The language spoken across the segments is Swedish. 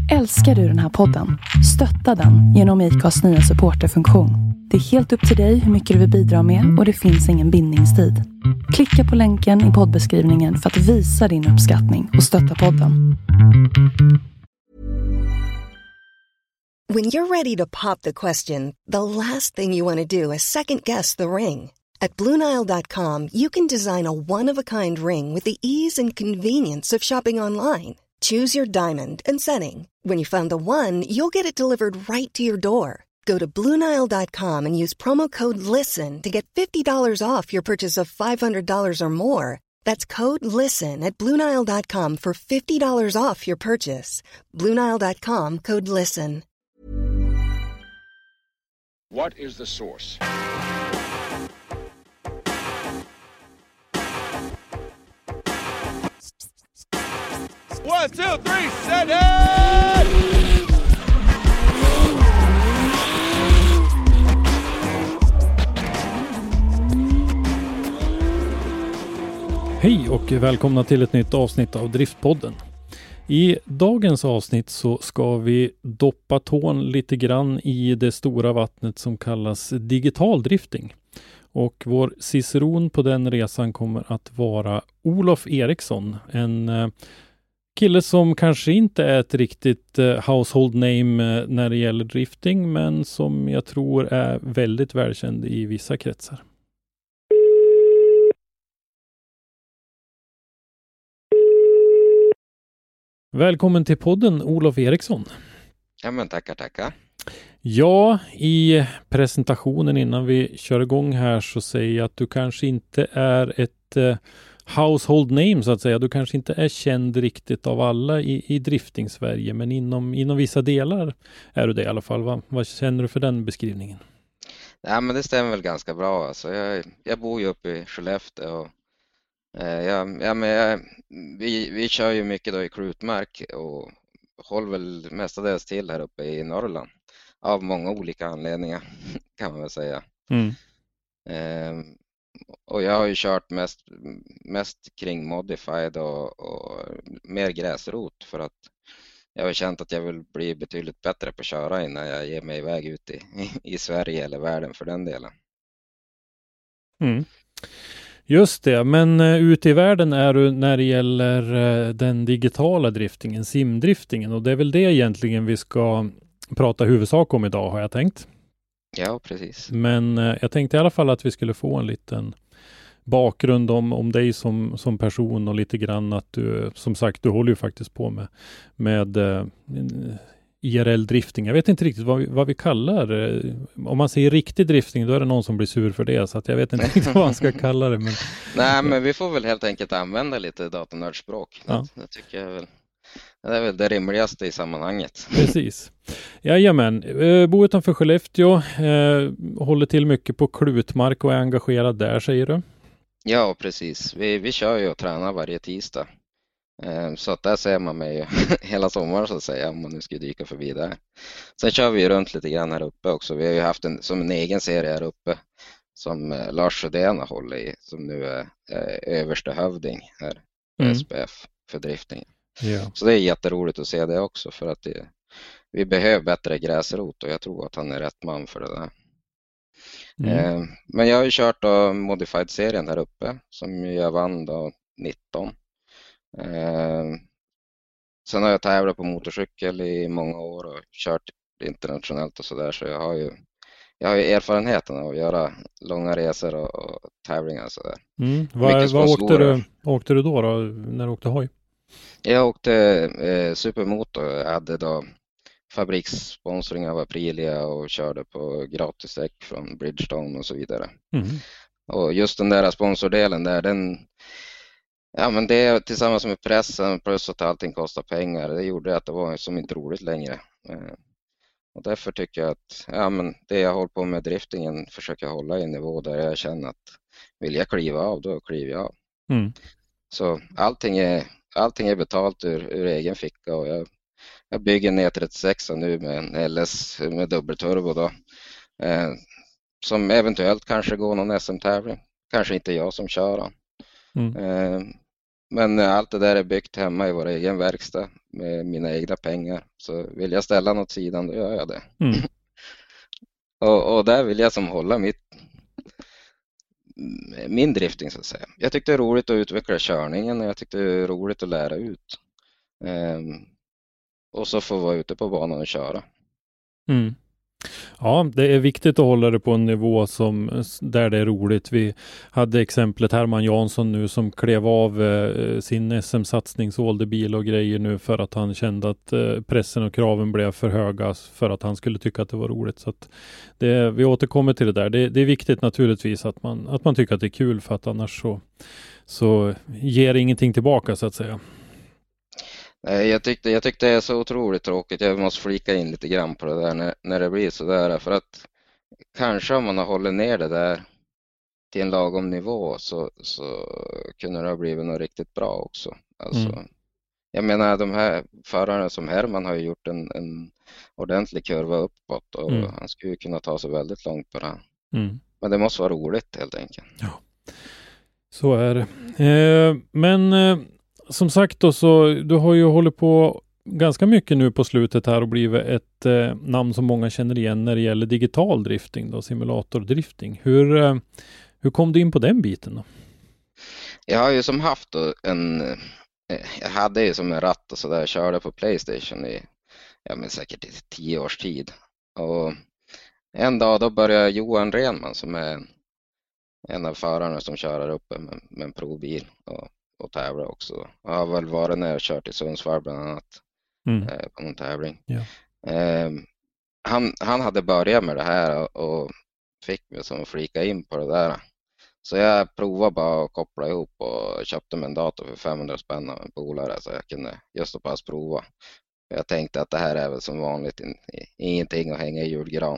Älskar du den här podden? Stötta den genom IKAs nya supporterfunktion. Det är helt upp till dig hur mycket du vill bidra med och det finns ingen bindningstid. Klicka på länken i poddbeskrivningen för att visa din uppskattning och stötta podden. When you're ready to pop the question, the last thing you want to do is second guess the ring. At BlueNile.com you can design a one-of-a-kind ring with the ease and convenience of shopping online. Choose your diamond and setting. When you find the one, you'll get it delivered right to your door. Go to BlueNile.com and use promo code LISTEN to get $50 off your purchase of $500 or more. That's code LISTEN at BlueNile.com for $50 off your purchase. BlueNile.com, code LISTEN. What is the source? One, two, three, set it! Hej och välkomna till ett nytt avsnitt av Driftpodden. I dagens avsnitt så ska vi doppa tån lite grann i det stora vattnet som kallas digital drifting. Och vår ciceron på den resan kommer att vara Olof Eriksson, en kille som kanske inte är ett riktigt household name när det gäller drifting, men som jag tror är väldigt välkänd i vissa kretsar. Välkommen till podden, Olof Eriksson. Ja, men tackar. Ja, i presentationen innan vi kör igång här så säger jag att du kanske inte är ett household name så att säga. Du kanske inte är känd riktigt av alla i drifting-Sverige, men inom vissa delar är du det i alla fall. Vad känner du för den beskrivningen? Ja, men det stämmer väl ganska bra. Alltså, jag bor ju uppe i Skellefteå och vi kör ju mycket då i krutmark och håller väl mestadels till här uppe i Norrland av många olika anledningar kan man väl säga. Och jag har ju kört mest kring modified och mer gräsrot för att jag har känt att jag vill bli betydligt bättre på att köra innan jag ger mig iväg ut i Sverige eller världen för den delen. Just det, men ute i världen är du när det gäller den digitala driftingen, simdriftingen, och det är väl det egentligen vi ska prata huvudsak om idag har jag tänkt. Ja, precis. Men jag tänkte i alla fall att vi skulle få en liten bakgrund om dig som person och lite grann att du, som sagt, du håller ju faktiskt på med IRL-drifting. Jag vet inte riktigt vad vi kallar det. Om man säger riktig drifting då är det någon som blir sur för det, så att jag vet inte riktigt vad man ska kalla det. Men... Nej, men vi får väl helt enkelt använda lite datanördspråk. Ja. Det tycker jag väl. Det är väl det rimligaste i sammanhanget. Precis. Jajamän. Bor utanför Skellefteå. Håller till mycket på klutmark och är engagerad där, säger du? Ja, precis. Vi kör ju och tränar varje tisdag. Så att där ser man mig hela sommaren så att säga, om man nu ska dyka förbi där. Sen kör vi runt lite grann här uppe också. Vi har ju haft en egen serie här uppe som Lars Sjödén har hållit i, som nu är överste hövding här på SPF för driftingen. Ja. Så det är jätteroligt att se det också, för att vi behöver bättre gräsrot och jag tror att han är rätt man för det där. Men jag har ju kört då Modified-serien här uppe som jag vann då 19. Sen har jag tävlat på motorcykel i många år och kört internationellt och sådär, så jag har ju erfarenheten av att göra långa resor och tävlingar och sådär. Vad åkte du då när du åkte hoj? Jag åkte supermotor. Jag hade då fabrikssponsring av Aprilia och körde på gratisdäck från Bridgestone och så vidare. Och just den där sponsordelen där, men det tillsammans med pressen plus att allting kostar pengar, det gjorde att det var som inte roligt längre. Och därför tycker jag att det jag håller på med driftingen försöker hålla i en nivå där jag känner att vill jag kliva av, då kliver jag av. Så allting är betalt ur egen ficka, och jag bygger en E36 nu med en LS med dubbelturbo då. Som eventuellt kanske går någon SM-tävling. Kanske inte jag som kör den. Men allt det där är byggt hemma i vår egen verkstad med mina egna pengar. Så vill jag ställa något sidan, då gör jag det. Och där vill jag som hålla min drifting så att säga. Jag tyckte det är roligt att utveckla körningen och jag tyckte det är roligt att lära ut. Och så få vara ute på banan och köra. Ja, det är viktigt att hålla det på en nivå där det är roligt. Vi hade exemplet Herman Jansson nu som klev av sin SM-satsningsålderbil och grejer nu för att han kände att pressen och kraven blev för höga för att han skulle tycka att det var roligt. Så att vi återkommer till det där. Det är viktigt naturligtvis att man tycker att det är kul, för att annars så ger det ingenting tillbaka så att säga. Jag tyckte det är så otroligt tråkigt. Jag måste flika in lite grann på det där när det blir så där. För att kanske om man har hållit ner det där till en lagom nivå så kunde det ha blivit något riktigt bra också. Alltså, jag menar, de här förarna som Herman har ju gjort en ordentlig kurva uppåt och han skulle kunna ta sig väldigt långt på det. Men det måste vara roligt helt enkelt. Ja, så är det. Men som sagt då, så du har ju hållit på ganska mycket nu på slutet här och blivit ett namn som många känner igen när det gäller digital drifting då, simulatordrifting. Hur kom du in på den biten då? Jag har ju som haft jag hade ju som en ratt och så där, körde på PlayStation i säkert 10 års tid. Och en dag då började Johan Renman, som är en av förarna som kör här uppe med en provbil och tävlar också. Jag har väl varit när jag kört i Sundsvall bland annat på någon tävling. Ja. Han hade börjat med det här och fick mig som att flika in på det där. Så jag provade bara att koppla ihop och köpte mig en dator för 500 spänn av en polare så jag kunde just och pass prova. Jag tänkte att det här är väl som vanligt ingenting att hänga i julgran.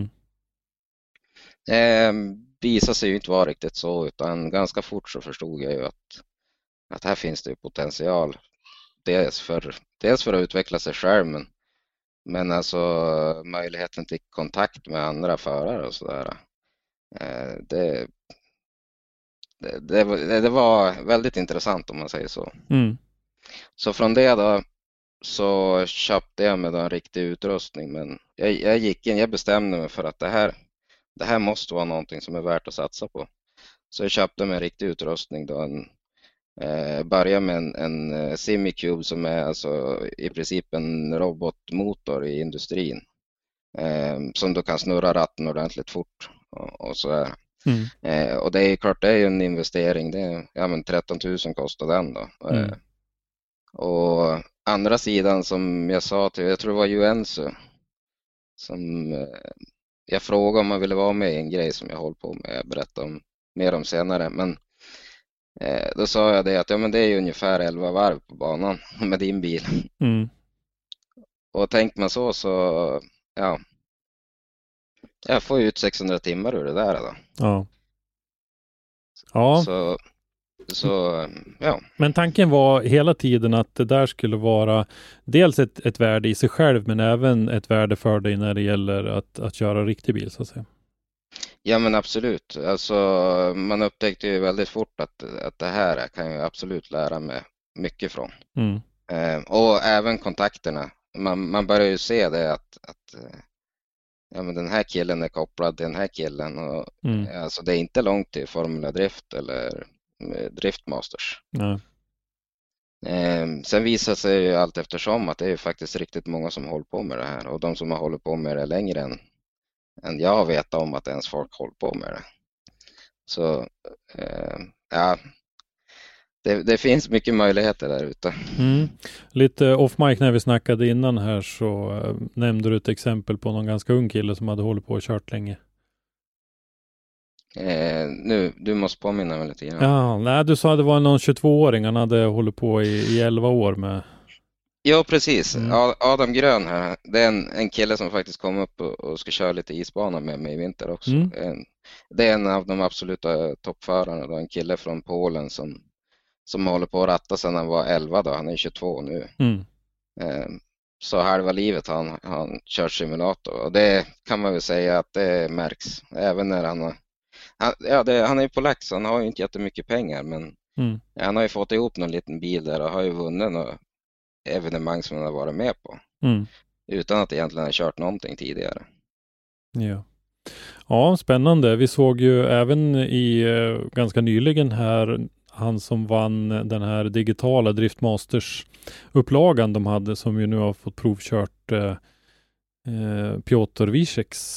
Visade sig ju inte vara riktigt så, utan ganska fort så förstod jag ju att här finns det ju potential. Dels för att utveckla sig själv, men alltså möjligheten till kontakt med andra förare och sådär. Det var väldigt intressant om man säger så. Så från det då så köpte jag med en riktig utrustning, men jag bestämde mig för att det här måste vara någonting som är värt att satsa på. Så jag köpte mig en riktig utrustning då, började med en SimiCube som är alltså i princip en robotmotor i industrin som då kan snurra ratten ordentligt fort och så där. Och det är klart, det är ju en investering. Det är 13 000 kostar den då. Och andra sidan, som jag sa till, jag tror det var Juensu som jag frågade om man ville vara med i en grej som jag håller på med. Jag berättar mer om senare, men då sa jag det att det är ju ungefär 11 varv på banan med din bil. Och tänkt man så ja, jag får ju ut 600 timmar ur det där då. Ja. Så ja. Men tanken var hela tiden att det där skulle vara dels ett värde i sig själv, men även ett värde för dig när det gäller att köra riktig bil så att säga. Ja, men absolut. Alltså, man upptäckte ju väldigt fort att det här kan jag absolut lära mig mycket från. Och även kontakterna. Man börjar ju se det att men den här killen är kopplad till den här killen. Och, alltså, det är inte långt till Formula Drift eller Driftmasters. Sen visar sig ju allt eftersom att det är faktiskt riktigt många som håller på med det här. Och de som har hållit på med det längre än jag vet om att ens folk håller på med det. Så ja, det finns mycket möjligheter där ute. Lite off mic när vi snackade innan här så nämnde du ett exempel på någon ganska ung kille som hade hållit på och kört länge. Du måste påminna mig lite grann. Ja, nej, du sa att det var någon 22-åring, han hade hållit på i 11 år med. Ja, precis. Adam Grön här. Det är en kille som faktiskt kom upp och ska köra lite isbana med mig i vinter också. Det är en av de absoluta toppförarna då, en kille från Polen som håller på att ratta sedan han var 11 då. Han är 22 nu. Så halva livet har han kört simulator. Och det kan man väl säga att det märks. Även när han är ju polack, så han har ju inte jättemycket pengar. Men Han har ju fått ihop någon liten bil där och har ju vunnit något evenemang som han har varit med på. Utan att egentligen ha kört någonting tidigare. Ja, spännande. Vi såg ju även i ganska nyligen här han som vann den här digitala Driftmasters-upplagan de hade, som ju nu har fått provkört Piotr Wiesieks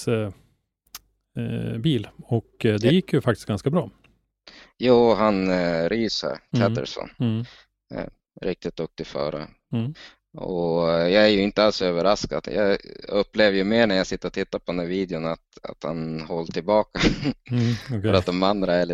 bil. Och det gick ju faktiskt ganska bra. Jo, han Rysa, Tedderson. Riktigt duktig förare. Och jag är ju inte alls överraskad. Jag upplever ju mer när jag sitter och tittar på den här videon att han håller tillbaka. Okay. För att de andra är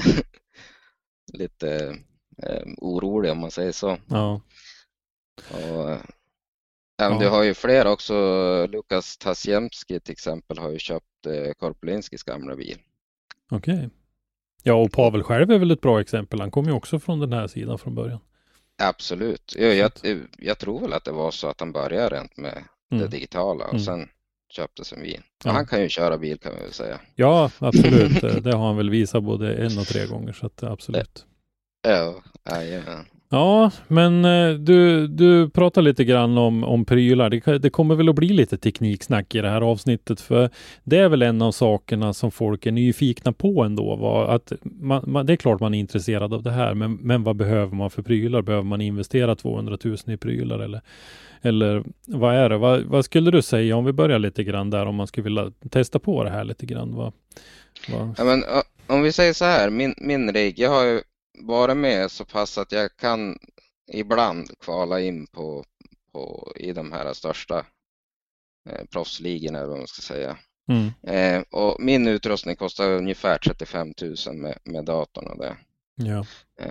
lite oroliga, om man säger så. Ja. Och du har ju fler också. Lukas Tasjemski till exempel har ju köpt Korpolinskis gamla bil. Okej. Okay. Ja, och Pavel själv är väl ett bra exempel. Han kom ju också från den här sidan från början. Absolut. Jag tror väl att det var så att han började rent med det digitala och sen köpte sin bil. Ja. Han kan ju köra bil, kan man väl säga. Ja, absolut. Det har han väl visat både 1 och 3 gånger, så att absolut. Ja. Ja, men du pratar lite grann om prylar. Det kommer väl att bli lite tekniksnack i det här avsnittet, för det är väl en av sakerna som folk är nyfikna på ändå. Att det är klart man är intresserad av det här, men vad behöver man för prylar? Behöver man investera 200 000 i prylar eller vad är det? Vad skulle du säga om vi börjar lite grann där, om man skulle vilja testa på det här lite grann? Ja, men om vi säger så här, min rigg, jag har ju varit med så pass att jag kan ibland kvala in i de här största proffsligorna, eller vad man ska säga. Och min utrustning kostar ungefär 35 000 med datorn och det. Ja.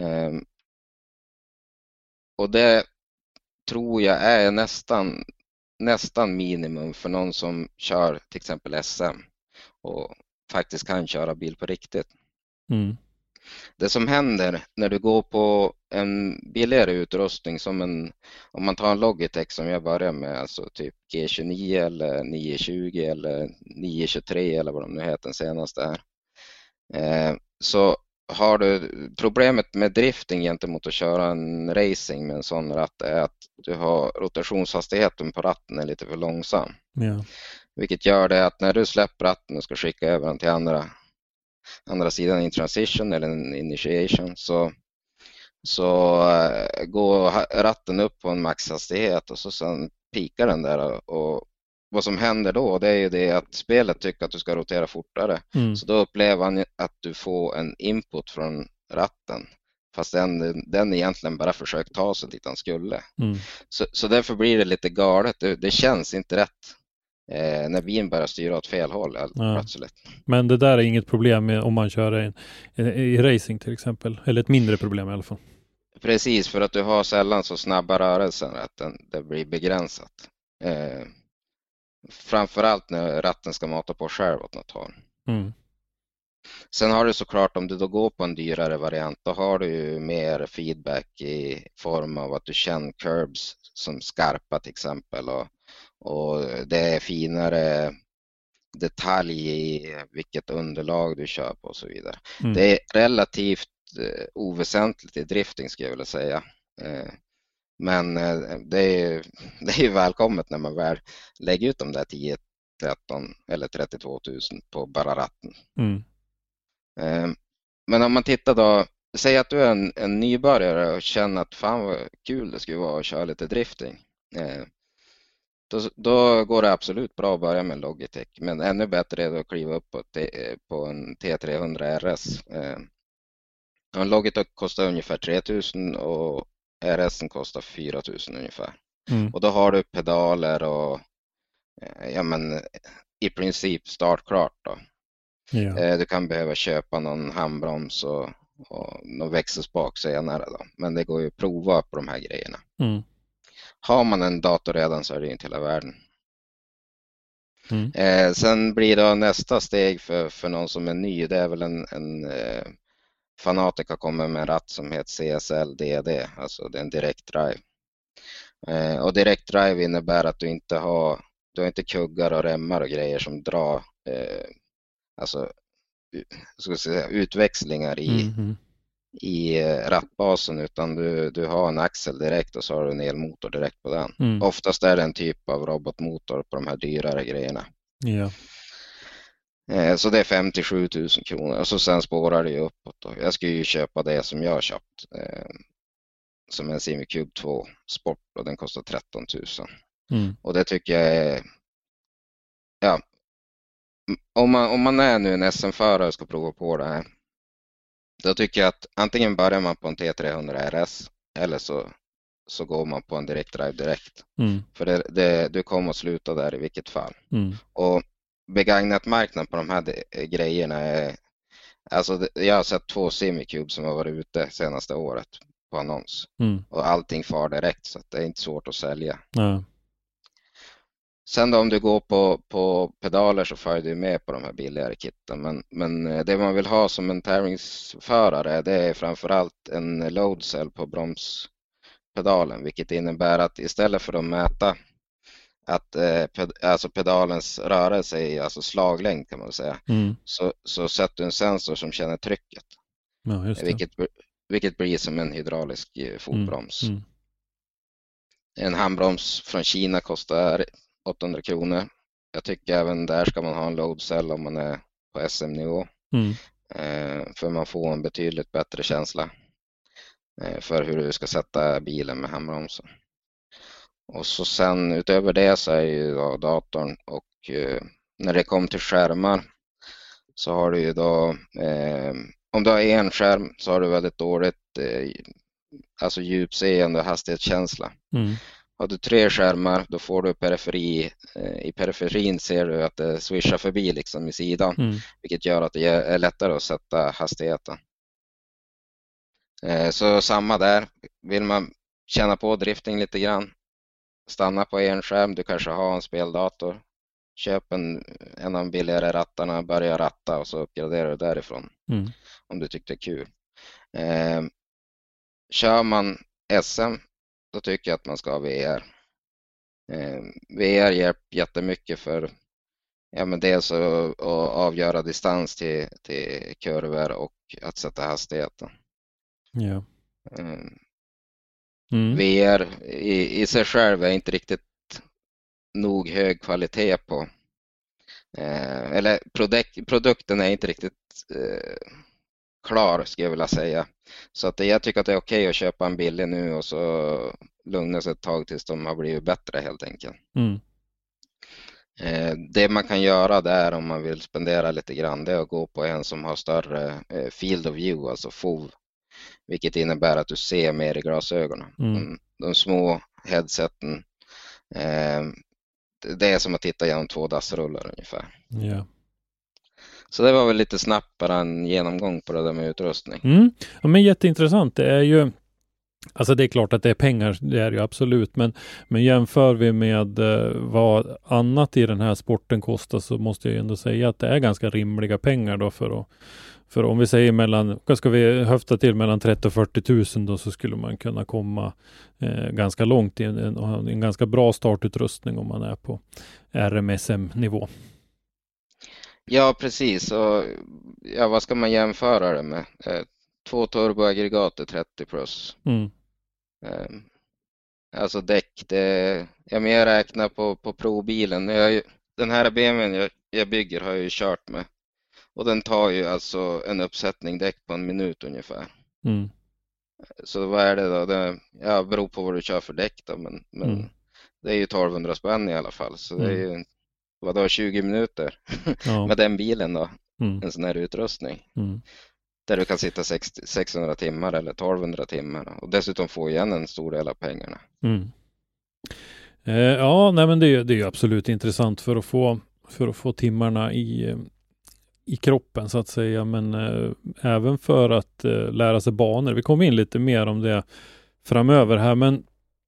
Och det tror jag är nästan minimum för någon som kör till exempel SM och faktiskt kan köra bil på riktigt. Det som händer när du går på en billigare utrustning om man tar en Logitech som jag börjar med, alltså typ G29 eller 920 eller 923 eller vad de nu heter den senaste här, så har du problemet med drifting gentemot att köra en racing med en sån ratt är att du har rotationshastigheten på ratten är lite för långsam. Ja. Vilket gör det att när du släpper ratten och ska skicka över den till andra sidan i en transition eller en initiation så går ratten upp på en maxhastighet och så sen pikar den där, och vad som händer då, det är ju det att spelet tycker att du ska rotera fortare. Så då upplever han att du får en input från ratten fast den egentligen bara försökt ta sig dit han skulle. Så därför blir det lite galet. Det känns inte rätt när bilen börjar styra åt fel håll. Men det där är inget problem om man kör i racing till exempel, eller ett mindre problem i alla fall. Precis, för att du har sällan så snabba rörelser att det blir begränsat. Framförallt när ratten ska mata på själv åt något håll. Sen har du såklart, om du då går på en dyrare variant, då har du ju mer feedback i form av att du känner curbs som skarpa till exempel, och det är finare detalj i vilket underlag du kör på och så vidare. Det är relativt oväsentligt i drifting, skulle jag vilja säga. Men det är ju välkommet när man väl lägger ut de där 10, 13 eller 32 000 på bara ratten. Men om man tittar då, säg att du är en nybörjare och känner att fan vad kul det skulle vara att köra lite drifting. Då går det absolut bra att börja med Logitech, men ännu bättre är det att kliva upp på en T300 RS. En Logitech kostar ungefär 3 000 och RSen kostar 4 000 ungefär. Och då har du pedaler och i princip startklart då. Du kan behöva köpa någon handbroms och någon växelspak senare då. Men det går ju att prova på de här grejerna. Har man en dator redan så är det inte hela världen. Sen blir det nästa steg för någon som är ny. Det är väl en Fanatica kommer med en ratt som heter CSL DD. Alltså det är en direct drive. Och direct drive innebär att du har inte kuggar och remmar och grejer som drar utväxlingar i i rattbasen, utan du har en axel direkt och så har du en elmotor direkt på den. Oftast är det en typ av robotmotor på de här dyrare grejerna. Ja. Så det är 57 000 kronor och så sen spårar det ju uppåt då. Jag skulle ju köpa det som jag har köpt som en SemiCube 2 Sport och den kostar 13 000. Och det tycker jag är, ja, om man är nu en SM-förare och ska prova på det här, då tycker jag att antingen börjar man på en T300 RS eller så går man på en direkt drive direkt. För du kommer att sluta där i vilket fall. Och begagnat marknaden på de här grejerna är, alltså jag har sett 2 SemiCube som har varit ute senaste året på annons. Och allting far direkt, så att det är inte svårt att sälja. Sen då, om du går på pedaler så följer du med på de här billigare kitten. Men det man vill ha som en tävlingsförare, det är framförallt en load cell på bromspedalen. Vilket innebär att istället för att mäta att alltså pedalens rörelse i alltså slaglängd kan man säga, så sätter du en sensor som känner trycket. Ja, just det. Vilket blir som en hydraulisk fotbroms. En handbroms från Kina kostar 800 kronor. Jag tycker även där ska man ha en load cell om man är på SM-nivå. För man får en betydligt bättre känsla för hur du ska sätta bilen med handbromsen. Och så sen utöver det så är ju då datorn, och när det kommer till skärmar så har du ju då om du har en skärm så har du väldigt dåligt alltså djupseende och hastighetskänsla. Har du 3 skärmar då får du periferi. I periferin ser du att det swishar förbi liksom i sidan, vilket gör att det är lättare att sätta hastigheten. Så samma där, vill man känna på drifting lite grann, stanna på en skärm, du kanske har en speldator, köp en av de billigare rattarna, börja ratta och så uppgraderar du därifrån om du tyckte det är kul. Kör man SM, då tycker jag att man ska ha VR. VR hjälper jättemycket för dels att avgöra distans till kurvor och att sätta hastigheten. Ja. VR i sig själv är inte riktigt nog hög kvalitet på. Eller produkten är inte riktigt klar, skulle jag vilja säga. Så att jag tycker att det är okej att köpa en billig nu och så lugna sig ett tag tills de har blivit bättre helt enkelt. Det man kan göra där om man vill spendera lite grann, det är att gå på en som har större field of view, alltså FOV. Vilket innebär att du ser mer i glasögonen. De små headseten, det är som att titta genom 2 dassrullar ungefär. Ja. Så det var väl lite snabbt bara en genomgång på det där med utrustning. Ja, men jätteintressant. Det är ju, alltså det är klart att det är pengar, det är ju absolut, men jämför vi med vad annat i den här sporten kostar, så måste jag ändå säga att det är ganska rimliga pengar då för om vi säger vad ska vi höfta till, mellan 30 och 40 000 då, så skulle man kunna komma ganska långt i en ganska bra startutrustning om man är på RMSM-nivå. Ja, precis. Och vad ska man jämföra det med? 2 turboaggregat är 30 plus. Alltså däck, jag räknar på provbilen. Den här BMWn jag bygger har jag ju kört med. Och den tar ju alltså en uppsättning däck på 1 minut ungefär. Så vad är det då? Det beror på vad du kör för däck då, men det är ju 1200 spänn i alla fall. Så det är ju 20 minuter med den bilen då. En sån här utrustning. Där du kan sitta 600 timmar eller 1200 timmar. Och dessutom få igen en stor del av pengarna. Men det är ju absolut intressant för att få timmarna i kroppen så att säga, men även för att lära sig banor. Vi kommer in lite mer om det framöver här, men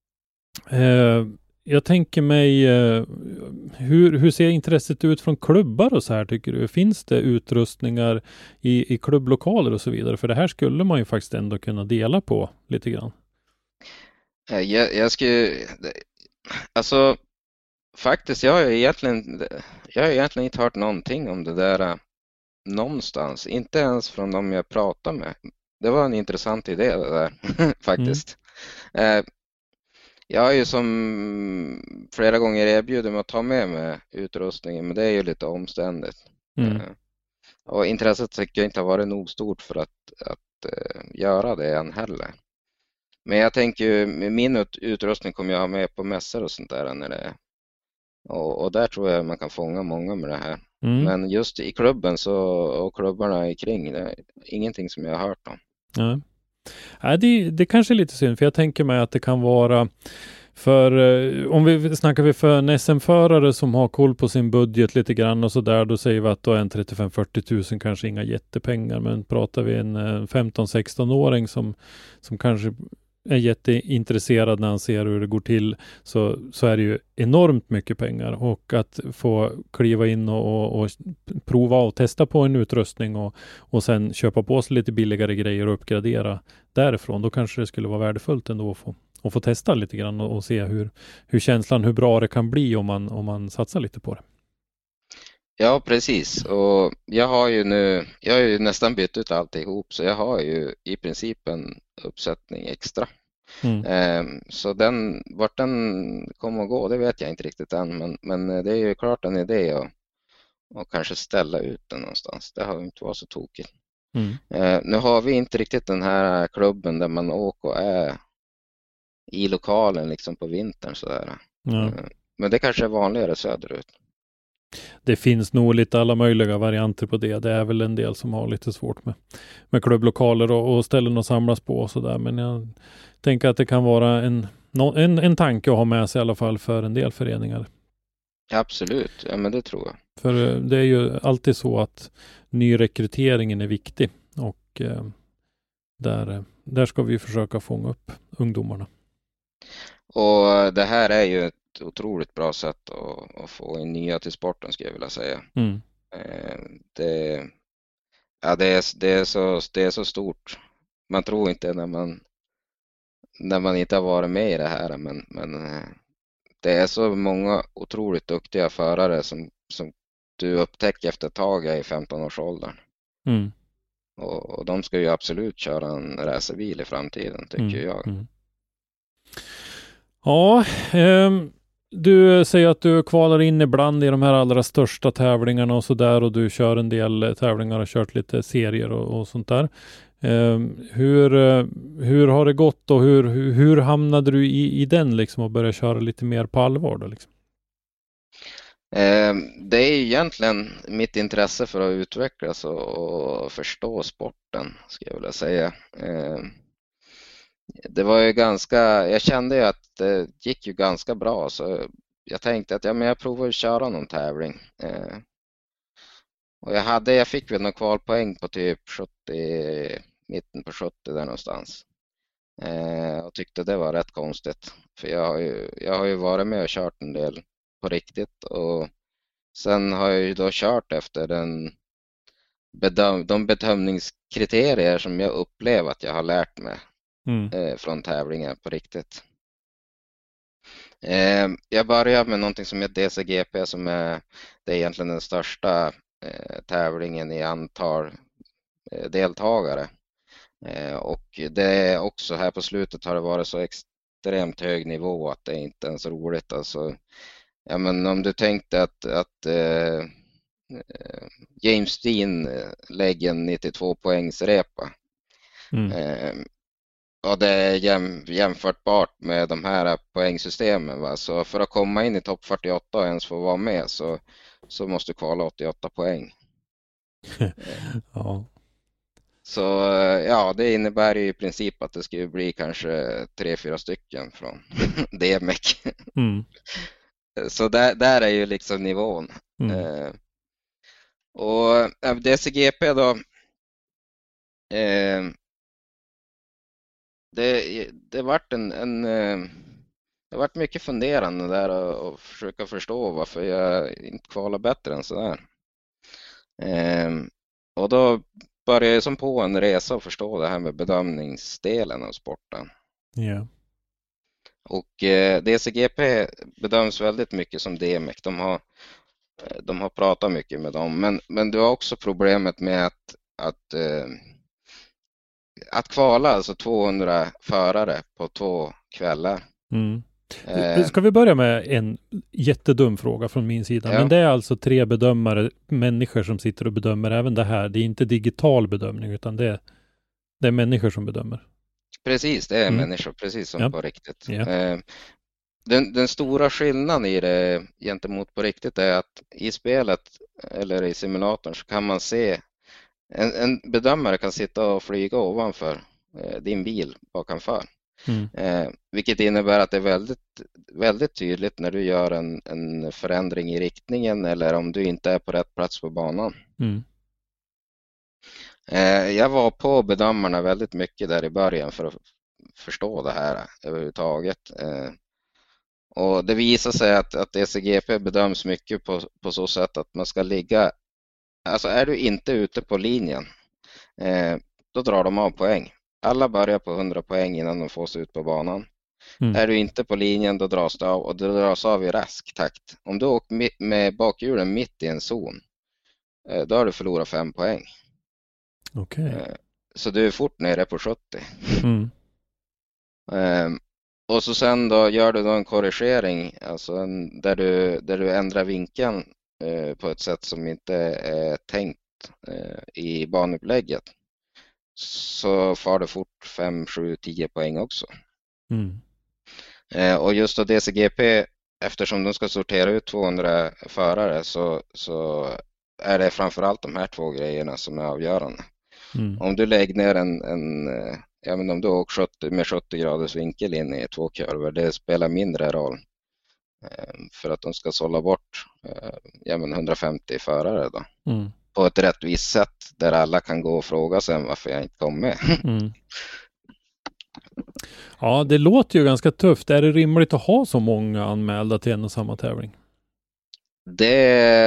jag tänker mig hur ser intresset ut från klubbar och så här, tycker du? Finns det utrustningar i klubblokaler och så vidare? För det här skulle man ju faktiskt ändå kunna dela på lite grann. Jag skulle, alltså faktiskt, jag har egentligen inte hört någonting om det där någonstans. Inte ens från dem jag pratar med. det var en intressant idé det där faktiskt. Jag har ju som flera gånger erbjudit mig att ta med mig utrustningen, men det är ju lite omständigt. Och intresset tycker jag inte har varit nog stort för att göra det än heller. Men jag tänker ju, min utrustning kommer jag ha med på mässor och sånt där när det är. Och där tror jag man kan fånga många med det här. Men just i klubben och klubbarna kring, det är ingenting som jag har hört om. Ja, det kanske är lite synd, för jag tänker mig att det kan vara för, om vi snackar för en SM-förare som har koll på sin budget lite grann och så där, då säger vi att då är en 35-40 000 kanske inga jättepengar, men pratar vi en 15-16-åring som kanske är jätteintresserad när han ser hur det går till, så är det ju enormt mycket pengar, och att få kliva in och prova och testa på en utrustning och sen köpa på sig lite billigare grejer och uppgradera därifrån, då kanske det skulle vara värdefullt ändå att få testa lite grann och se hur känslan, hur bra det kan bli om man satsar lite på det. Ja, precis. Och jag har ju nästan bytt ut alltihop, så jag har ju i princip en uppsättning extra. Så vart den kommer att gå, det vet jag inte riktigt än, men det är ju klart en idé och kanske ställa ut den någonstans. Det har inte varit så tokigt. Nu har vi inte riktigt den här klubben där man åker och är i lokalen liksom på vintern sådär. Men det kanske är vanligare söderut. Det finns nog lite alla möjliga varianter på det. Det är väl en del som har lite svårt med klubblokaler och ställen att samlas på och sådär. Men jag tänker att det kan vara en tanke att ha med sig i alla fall för en del föreningar. Absolut, ja men det tror jag. För det är ju alltid så att nyrekryteringen är viktig, och där ska vi försöka fånga upp ungdomarna. Och det här är ju ett otroligt bra sätt att få in nya till sporten, skulle jag vilja säga. Det är så stort. Man tror inte när man inte har varit med i det här, men det är så många otroligt duktiga förare som du upptäcker efter ett tag i 15-årsåldern. Och de ska ju absolut köra en racerbil i framtiden, tycker jag. Ja, du säger att du kvalar in ibland i de här allra största tävlingarna och så där, och du kör en del tävlingar och kört lite serier och sånt där. Hur har det gått, och hur hamnade du i den liksom, och började köra lite mer på allvar då liksom? Det är ju egentligen mitt intresse för att utvecklas och förstå sporten, skulle jag vilja säga. Det var ju jag kände ju att det gick ju ganska bra, så jag tänkte att jag provar att köra någon tävling. Och jag fick väl någon kvalpoäng på typ 70, mitten på 70 där någonstans. Och tyckte det var rätt konstigt, för jag har ju varit med och kört en del på riktigt, och sen har jag ju då kört efter de bedömningskriterier som jag upplever att jag har lärt mig från tävlingar på riktigt. Jag började med någonting som heter DCGP, som det är egentligen den största tävlingen i antal deltagare. Och det är också här på slutet har det varit så extremt hög nivå att det är inte ens roligt. Alltså, ja, men om du tänkte att James Dean lägger en 92 poängs repa. Och det är jämförbart med de här poängsystemen. Va? Så för att komma in i topp 48 och ens få vara med, så måste du kvala 88 poäng. Ja. Så ja, det innebär ju i princip att det skulle bli kanske 3-4 stycken från DMEC. Så där är ju liksom nivån. Och DCGP då, det vart det vart mycket funderande där och försöka förstå varför jag inte kvalar bättre än sådär. Och då började jag som på en resa och förstå det här med bedömningsdelen av sporten. Yeah. Och DCGP bedöms väldigt mycket som DMEC. De har pratat mycket med dem. Men du har också problemet med att att kvala alltså 200 förare på 2 kvällar. Ska vi börja med en jättedum fråga från min sida. Men det är alltså 3 bedömare, människor som sitter och bedömer även det här. Det är inte digital bedömning utan det är människor som bedömer. Precis, det är människor, precis som på riktigt. Den stora skillnaden i det gentemot på riktigt är att i spelet eller i simulatorn så kan man se en bedömare kan sitta och flyga ovanför din bil bakanför. Vilket innebär att det är väldigt, väldigt tydligt när du gör en förändring i riktningen eller om du inte är på rätt plats på banan. Jag var på bedömarna väldigt mycket där i början för att förstå det här överhuvudtaget. Och det visar sig att DCGP bedöms mycket på så sätt att man ska ligga, alltså är du inte ute på linjen då drar de av poäng. Alla börjar på 100 poäng innan de får sig ut på banan. Är du inte på linjen då dras det av och det dras av i rask takt. Om du åker med bakhjulen mitt i en zon då har du förlorat 5 poäng. Så du är fort nere på 70. Och så sen då gör du då en korrigering alltså där du ändrar vinkeln på ett sätt som inte är tänkt i banupplägget. Så får du fort 5, 7, 10 poäng också. Och just då DCGP, eftersom de ska sortera ut 200 förare så är det framförallt de här 2 grejerna som är avgörande. Om du lägger ner om du åker med 70 graders vinkel in i 2 kurvor, det spelar mindre roll. För att de ska sålla bort 150 förare då. På ett rättvist sätt där alla kan gå och fråga sig varför jag inte kom med. Ja, det låter ju ganska tufft. Är det rimligt att ha så många anmälda till en och samma tävling? Det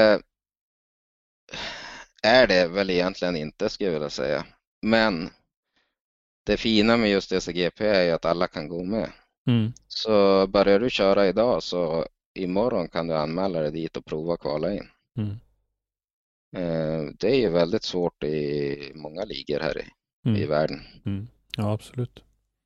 är det väl egentligen inte, skulle jag vilja säga. Men det fina med just DCGP är ju att alla kan gå med. Så börjar du köra idag så imorgon kan du anmäla dig dit och prova kvala in. Det är ju väldigt svårt i många ligor här i världen. Ja, absolut.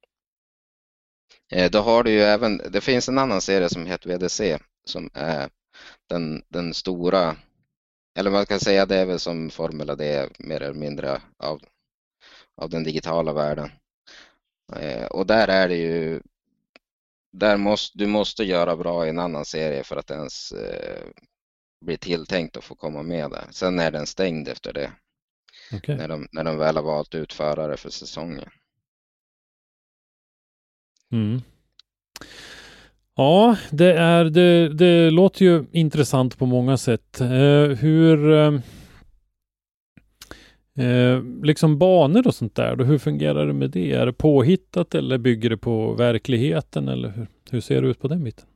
Då har du ju även, det finns en annan serie som heter VDC som är den stora, eller man kan säga det är väl som Formula D mer eller mindre av den digitala världen. Och där är det ju, du måste göra bra i en annan serie för att ens bli tilltänkt att få komma med där. Sen är den stängd efter det. När de väl har valt ut förare för säsongen. Ja, det låter ju intressant på många sätt. Liksom banor och sånt där, då, hur fungerar det med det? Är det påhittat eller bygger det på verkligheten eller hur ser det ut på den biten?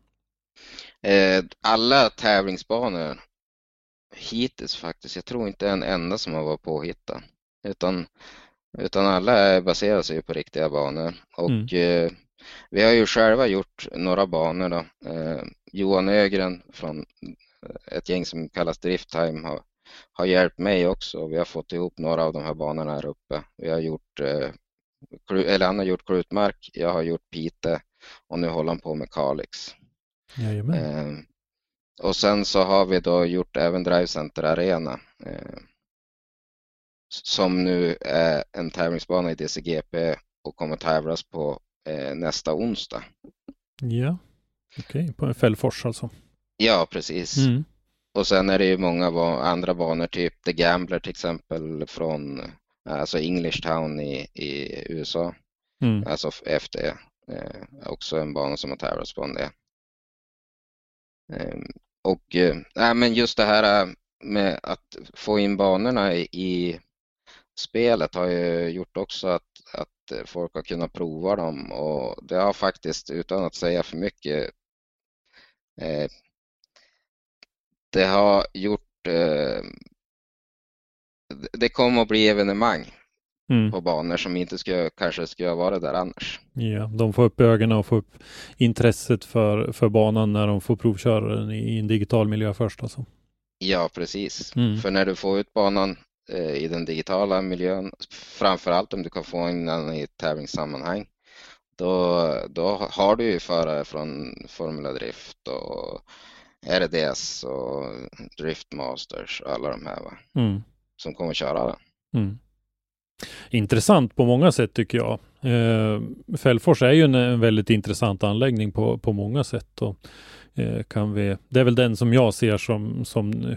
Alla tävlingsbanor hittills faktiskt, jag tror inte en enda som har varit påhittad utan alla baserar sig på riktiga banor och vi har ju själva gjort några banor då. Johan Ögren från ett gäng som kallas Drifttime har hjälpt mig också. Vi har fått ihop några av de här banorna här uppe. Vi har gjort, han har gjort Krutmark, jag har gjort Pite och nu håller han på med Kalix. Och sen så har vi då gjort även Drive Center Arena som nu är en tävlingsbana i DCGP och kommer tävlas på nästa onsdag. Ja, okej. På en Fällfors alltså. Ja, precis. Och sen är det ju många andra banor, typ The Gambler till exempel från alltså English Town i USA. Alltså FD. Också en bana som har tävlats på det. Men just det här med att få in banorna i spelet har ju gjort också att folk har kunnat prova dem och det har faktiskt, utan att säga för mycket, det har gjort det kommer att bli evenemang på banor som inte kanske skulle ha varit där annars. Ja, de får upp ögonen och får upp intresset för banan när de får provköra den i en digital miljö först alltså. Ja, precis. För när du får ut banan i den digitala miljön, framförallt om du kan få in den i ett tävlingssammanhang. Då har du ju förare från Formula Drift och RDS och Driftmasters och alla de här som kommer köra den. Intressant på många sätt tycker jag. Fällfors är ju en väldigt intressant anläggning på många sätt. Och, det är väl den som jag ser som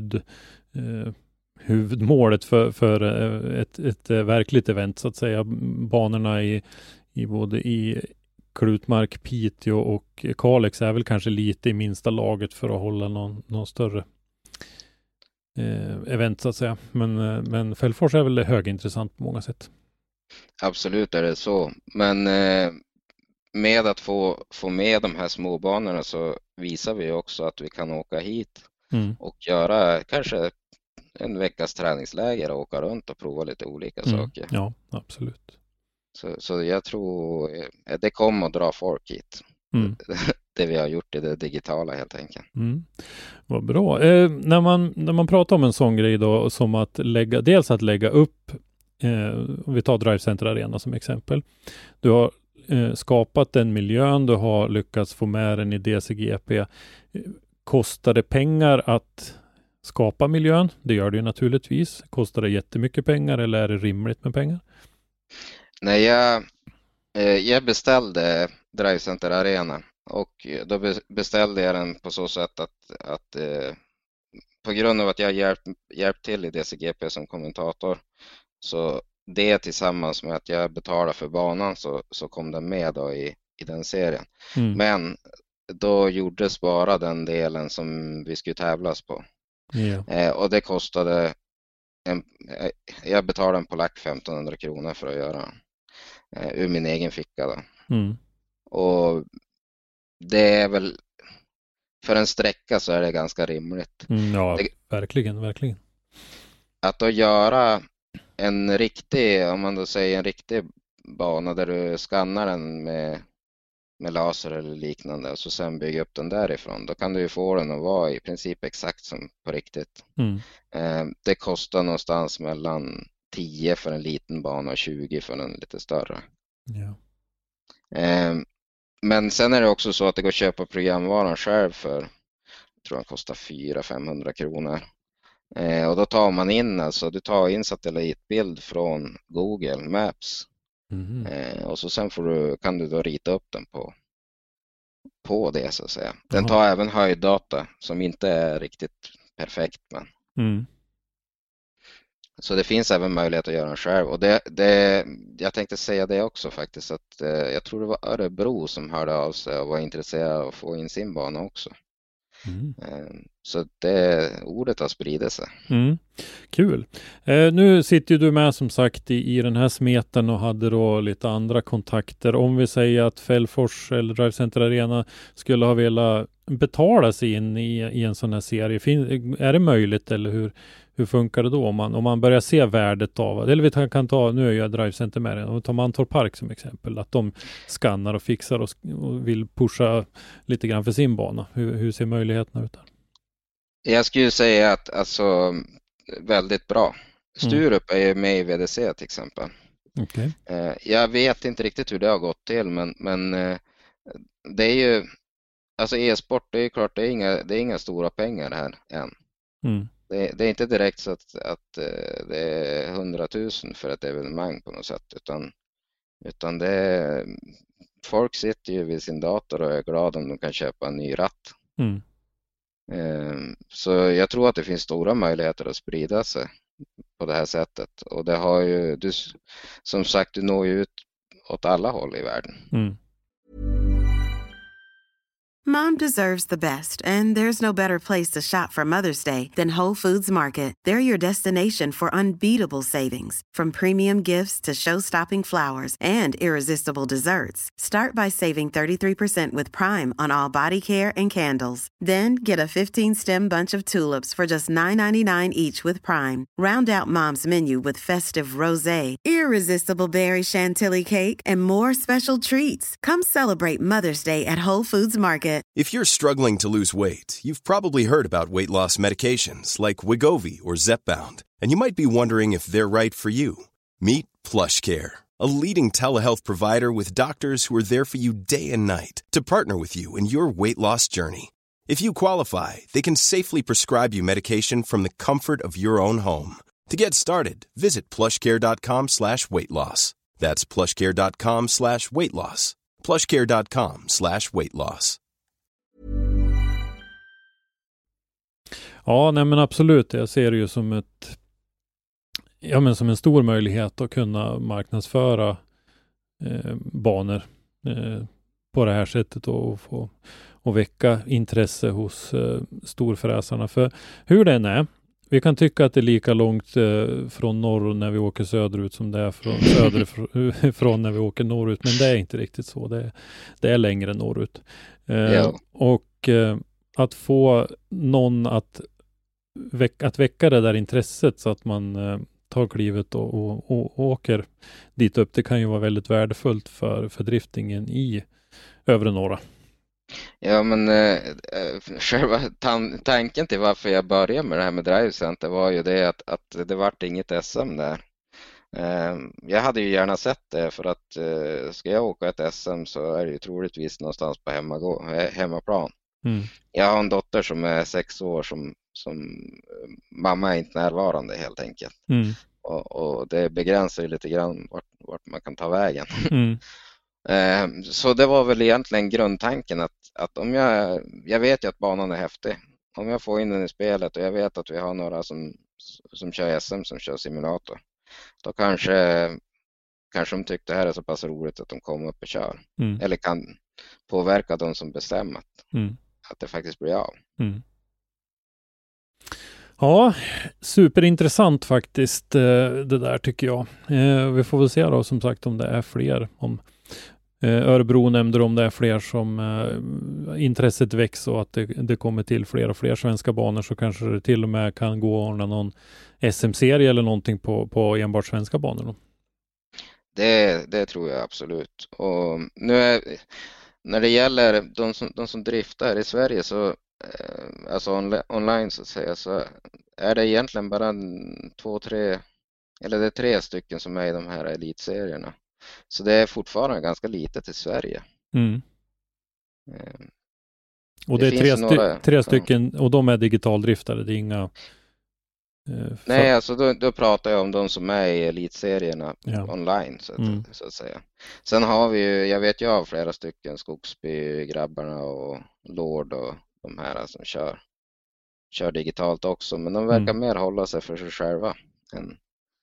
huvudmålet för ett verkligt event så att säga. Banorna i både i Klutmark, Piteå och Kalix är väl kanske lite i minsta laget för att hålla någon större event så att säga. Men Fällfors är väl högintressant på många sätt. Absolut är det så. Men med att få med de här småbanorna så visar vi också att vi kan åka hit och göra kanske en veckas träningsläger och åka runt och prova lite olika saker. Ja, absolut. Så jag tror det kommer att dra folk hit. Det vi har gjort i det digitala helt enkelt. Vad bra. När man pratar om en sån grej då, som att lägga upp om vi tar Drive Center Arena som exempel. Du har skapat den miljön, du har lyckats få med den i DCGP. Kostar det pengar att skapa miljön? Det gör det ju naturligtvis. Kostar det jättemycket pengar eller är det rimligt med pengar? Nej, jag beställde Drive Center Arena och då beställde jag den på så sätt att på grund av att jag hjälpt till i DCGP som kommentator, så det tillsammans med att jag betalar för banan så kom den med då i den serien. Men då gjordes bara den delen som vi skulle tävlas på. Och det kostade jag betalade en polack 1500 kronor för att göra ur min egen ficka då. Och det är väl för en sträcka så är det ganska rimligt. Verkligen. Att då göra en riktig, om man då säger en riktig bana där du skannar den med laser eller liknande och så sen bygga upp den därifrån, då kan du ju få den att vara i princip exakt som på riktigt. Det kostar någonstans mellan 10 för en liten bana och 20 för en lite större. Men sen är det också så att det går att köpa programvaran själv för, jag tror den kostar 400-500 kronor. Och då tar man in, alltså du tar in satellitbild från Google Maps. Och så sen kan du då rita upp den på det så att säga. Den tar även höjddata som inte är riktigt perfekt men. Så det finns även möjlighet att göra den själv. Och jag tänkte säga det också faktiskt att jag tror det var Örebro som hörde av sig och var intresserad av att få in sin bana också. Så ordet har spridit sig. Kul. Nu sitter du med som sagt i den här smeten och hade då lite andra kontakter. Om vi säger att Fällfors eller Drive Center Arena skulle ha velat betala sig in i en sån här serie. Är det möjligt eller hur funkar det då om man börjar se värdet av, eller vi kan ta, nu är jag Drive Center med den, och ta Mantorp Park som exempel, att de skannar och fixar och vill pusha lite grann för sin bana. Hur ser möjligheterna ut där? Jag skulle säga att alltså väldigt bra. Sturup är ju med i VDC till exempel. Okay. Jag vet inte riktigt hur det har gått till men det är ju, alltså e-sport, det är klart det är inga stora pengar här än. Det är inte direkt så att det är 100 000 för ett evenemang på något sätt utan det är, folk sitter ju vid sin dator och är glada om de kan köpa en ny ratt. Så jag tror att det finns stora möjligheter att sprida sig på det här sättet, och det har ju som sagt, du når ju ut åt alla håll i världen. Mom deserves the best, and there's no better place to shop for Mother's Day than Whole Foods Market. They're your destination for unbeatable savings, from premium gifts to show-stopping flowers and irresistible desserts. Start by saving 33% with Prime on all body care and candles. Then get a 15-stem bunch of tulips for just $9.99 each with Prime. Round out Mom's menu with festive rosé, irresistible berry chantilly cake, and more special treats. Come celebrate Mother's Day at Whole Foods Market. Market. If you're struggling to lose weight, you've probably heard about weight loss medications like Wegovy or Zepbound, and you might be wondering if they're right for you. Meet PlushCare, a leading telehealth provider with doctors who are there for you day and night to partner with you in your weight loss journey. If you qualify, they can safely prescribe you medication from the comfort of your own home. To get started, visit plushcare.com/weightloss. That's plushcare.com/weightloss. plushcare.com/weightloss. Ja, nej men absolut. Jag ser det ju som som en stor möjlighet att kunna marknadsföra banor på det här sättet och väcka intresse hos storfräsarna. För hur det än är, vi kan tycka att det är lika långt från norr när vi åker söderut som det är från söderifrån när vi åker norrut. Men det är inte riktigt så. Det är längre norrut. Och att få någon att väcka det där intresset så att man tar klivet och åker dit upp. Det kan ju vara väldigt värdefullt för driftingen i övre norra. Ja, men själva tanken till varför jag började med det här med Drive Center var ju det att det vart inget SM där. Jag hade ju gärna sett det, för att ska jag åka ett SM så är det ju troligtvis någonstans på hemmaplan. Jag har en dotter som är 6 år som mamma är inte närvarande helt enkelt. Och det begränsar ju lite grann vart man kan ta vägen. Så det var väl egentligen grundtanken att om jag vet ju att banan är häftig. Om jag får in den i spelet och jag vet att vi har några som kör SM, som kör simulator, då kanske de tyckte det här är så pass roligt att de kommer upp och kör. Eller kan påverka de som bestämmer att det faktiskt blir av. Ja, superintressant faktiskt det där tycker jag. Vi får väl se då som sagt om det är fler. Om Örebro nämnde om det är fler som intresset växer och att det kommer till fler och fler svenska banor, så kanske det till och med kan gå och ordna någon SM-serie eller någonting på enbart svenska banor då. Det tror jag absolut. Och nu när det gäller de som driftar i Sverige, så alltså online så att säga, så är det egentligen bara 2-3 eller det är 3 stycken som är i de här elitserierna. Så det är fortfarande ganska litet i Sverige. Och det är 3 stycken och de är digitaldriftare, det är inga Nej, alltså då pratar jag om de som är i elitserierna online så att säga. Sen har vi ju, jag vet ju av flera stycken, Skogsby, grabbarna och Lord och de här som kör digitalt också, men de verkar mer hålla sig för sig själva än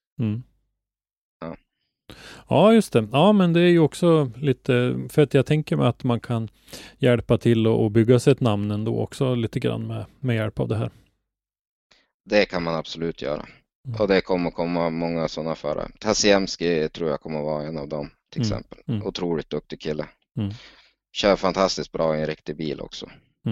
Ja, just det. Ja, men det är ju också lite, för att jag tänker mig att man kan hjälpa till och bygga sig ett namn ändå också lite grann med hjälp av det här. Det kan man absolut göra. Och det kommer komma många sådana förare. Tasiemski tror jag kommer vara en av dem till exempel. Otroligt duktig kille. Kör fantastiskt bra i en riktig bil också.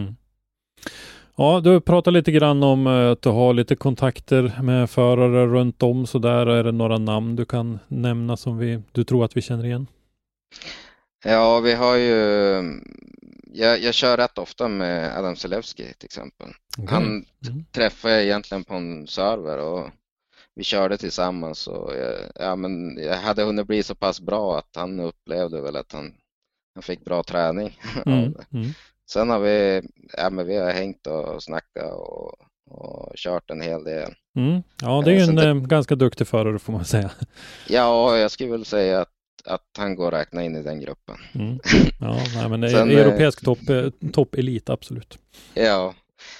Ja, du pratar lite grann om att du har lite kontakter med förare runt om så där. Är det några namn du kan nämna som du tror att vi känner igen? Ja, vi har ju... Jag kör rätt ofta med Adam Selewski till exempel. Okay. Han träffade jag egentligen på en server och vi körde tillsammans. Och jag hade hunnit bli så pass bra att han upplevde väl att han fick bra träning. Sen har vi har hängt och snackat och kört en hel del. Ja, det är ju en ganska duktig förare får man säga. Ja, jag skulle väl säga att han går att räkna in i den gruppen. Ja, nej, men det är europeisk toppelit, absolut. Ja,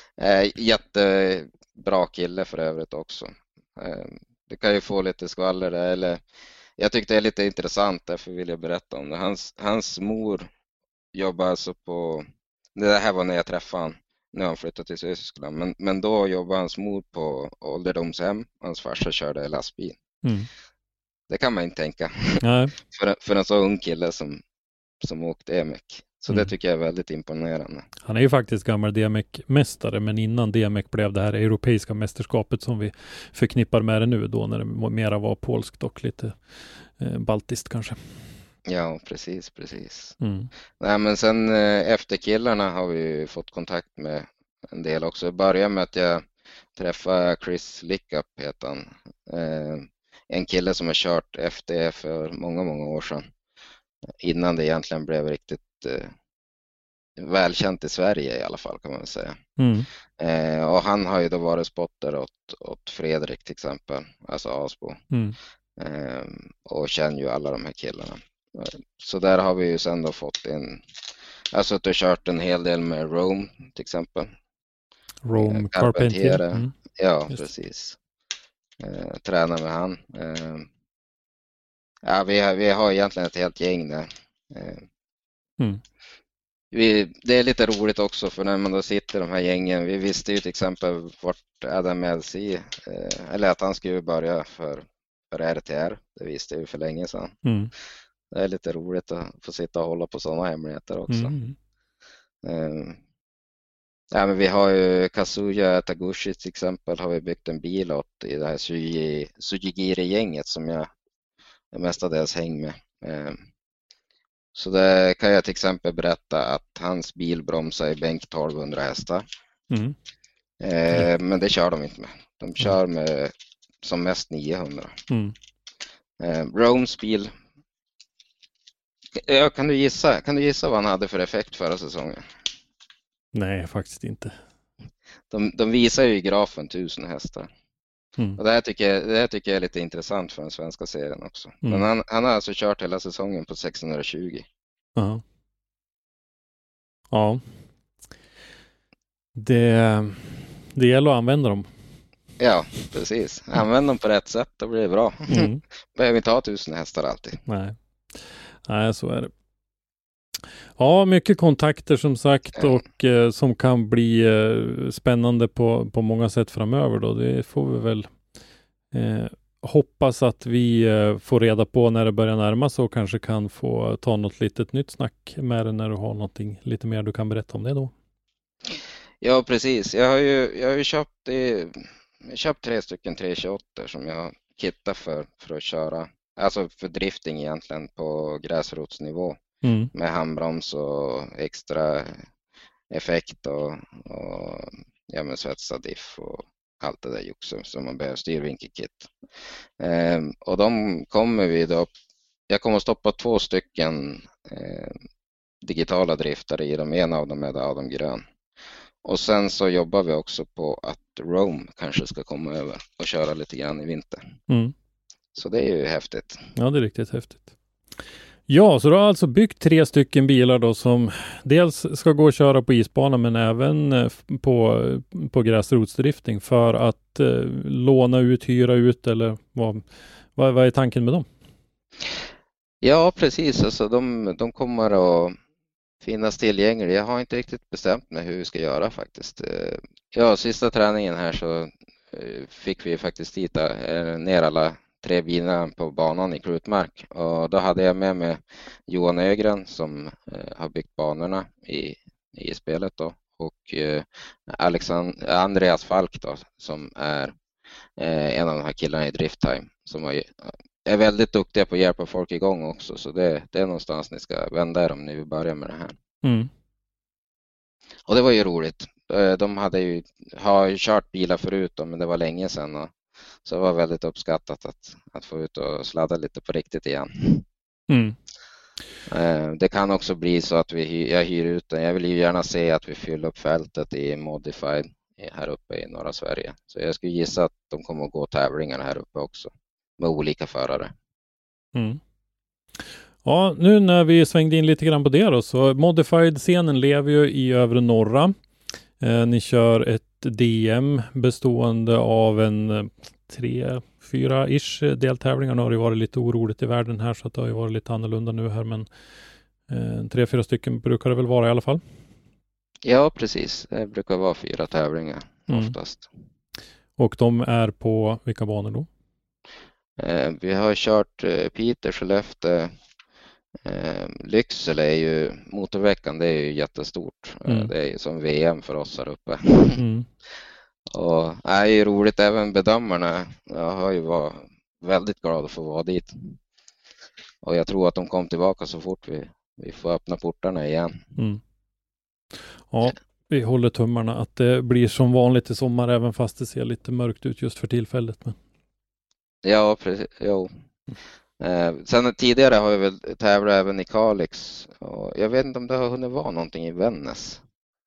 jättebra kille för övrigt också. Det kan ju få lite skvaller där, eller jag tyckte det är lite intressant, därför vill jag berätta om det. Hans mor jobbar alltså på, det här var när jag träffade han, nu har han flyttat till Tyskland, men då jobbade hans mor på ålderdomshem, hans farsa körde lastbil. Det kan man inte tänka. Nej. för en så ung kille som åkte DMEC. Så det tycker jag är väldigt imponerande. Han är ju faktiskt gammal DMEC-mästare, men innan DMEC blev det här europeiska mästerskapet som vi förknippar med det nu då, när det mera var polskt och lite baltiskt kanske. Ja, precis. Nej, men sen efter killarna har vi fått kontakt med en del också. Jag började med att jag träffade Chris Lickup, heter han. En kille som har kört FD för många år sedan. Innan det egentligen blev riktigt välkänt i Sverige i alla fall, kan man säga. Och han har ju då varit spotter åt Fredrik till exempel, alltså Asbo. Och känner ju alla de här killarna. Så där har vi ju sen då fått alltså att du har kört en hel del med Rome till exempel. Rome Carpentier. Ja, just. Precis. Tränar med han. Ja, vi har egentligen ett helt gäng där. Det är lite roligt också, för när man då sitter de här gängen, vi visste ju till exempel vart Adam LC, eller att han skulle börja för RTR, det visste vi för länge sedan. Det är lite roligt att få sitta och hålla på sådana hemligheter också. Ja, men vi har ju Kazuya Taguchi till exempel, har vi byggt en bil åt i det här Sujigiri-gänget som jag mestadels häng med. Så där kan jag till exempel berätta att hans bil bromsar i bänk 1200 hästar. Men det kör de inte med. De kör med som mest 900. Romes bil. Ja, kan du gissa vad han hade för effekt förra säsongen? Nej, faktiskt inte. De visar ju i grafen 1000 hästar. Och det här tycker jag är lite intressant för den svenska serien också. Men han har alltså kört hela säsongen på 620. Ja. Det gäller att använda dem. Ja, precis. Använd dem på rätt sätt, då blir det bra. Behöver inte ha 1000 hästar alltid. Nej, så är det. Ja, mycket kontakter som sagt, och som kan bli spännande på många sätt framöver då. Det får vi väl hoppas att vi får reda på när det börjar närma sig, och kanske kan få ta något litet nytt snack med det när du har någonting lite mer du kan berätta om det då. Ja, precis. Jag har ju köpt 3 stycken 328 som jag kittar för att köra, alltså för drifting egentligen på gräsrotsnivå. Med handbroms och extra effekt och ja, men svetsad diff och allt det där joxen som man behöver, styrvinkelkit. Och de kommer vi då, jag kommer att stoppa 2 stycken digitala driftare i dem, en av dem är Adam Grön. Och sen så jobbar vi också på att Rome kanske ska komma över och köra lite grann i vinter. Så det är ju häftigt. Ja, det är riktigt häftigt. Ja, så du har alltså byggt 3 stycken bilar då som dels ska gå och köra på isbana, men även på gräsrotsdrifting för att låna ut, hyra ut, eller vad är tanken med dem? Ja, precis. Alltså de kommer att finnas tillgängliga. Jag har inte riktigt bestämt mig hur vi ska göra faktiskt. Ja, sista träningen här så fick vi faktiskt ner alla 3 bilar på banan i Krutmark, och då hade jag med mig Johan Ögren som har byggt banorna i spelet då, och Andreas Falk då, som är en av de här killarna i Drifttime som är väldigt duktiga på att hjälpa folk igång också, så det är någonstans ni ska vända er om ni vill börja med det här. Och det var ju roligt. De har ju kört bilar förut då, men det var länge sedan, och så det var väldigt uppskattat att få ut och sladda lite på riktigt igen. Det kan också bli så att jag hyr ut den. Jag vill ju gärna se att vi fyller upp fältet i Modified här uppe i norra Sverige. Så jag skulle gissa att de kommer att gå tävlingar här uppe också med olika förare. Ja, nu när vi svängde in lite grann på det då, så Modified-scenen lever ju i övre norra. Ni kör ett DM bestående av en 3-4-ish deltävlingar. Nu har det varit lite oroligt i världen här, så att det har ju varit lite annorlunda nu här, men 3-4 stycken brukar det väl vara i alla fall. Ja, precis. Det brukar vara 4 tävlingar oftast. Och de är på vilka banor då? Vi har kört Peter, Skellefteå, Lycksele är ju, motorveckan, det är ju jättestort. Det är ju som VM för oss här uppe. Och det är ju roligt, även bedömarna. Jag har ju varit väldigt glad att få vara dit. Och jag tror att de kom tillbaka så fort vi får öppna portarna igen. Mm. Ja, vi håller tummarna att det blir som vanligt i sommar, även fast det ser lite mörkt ut just för tillfället. Men... Ja, precis. Jo. Sen tidigare har jag väl tävlat även i Kalix. Och jag vet inte om det har hunnit vara någonting i Vännäs.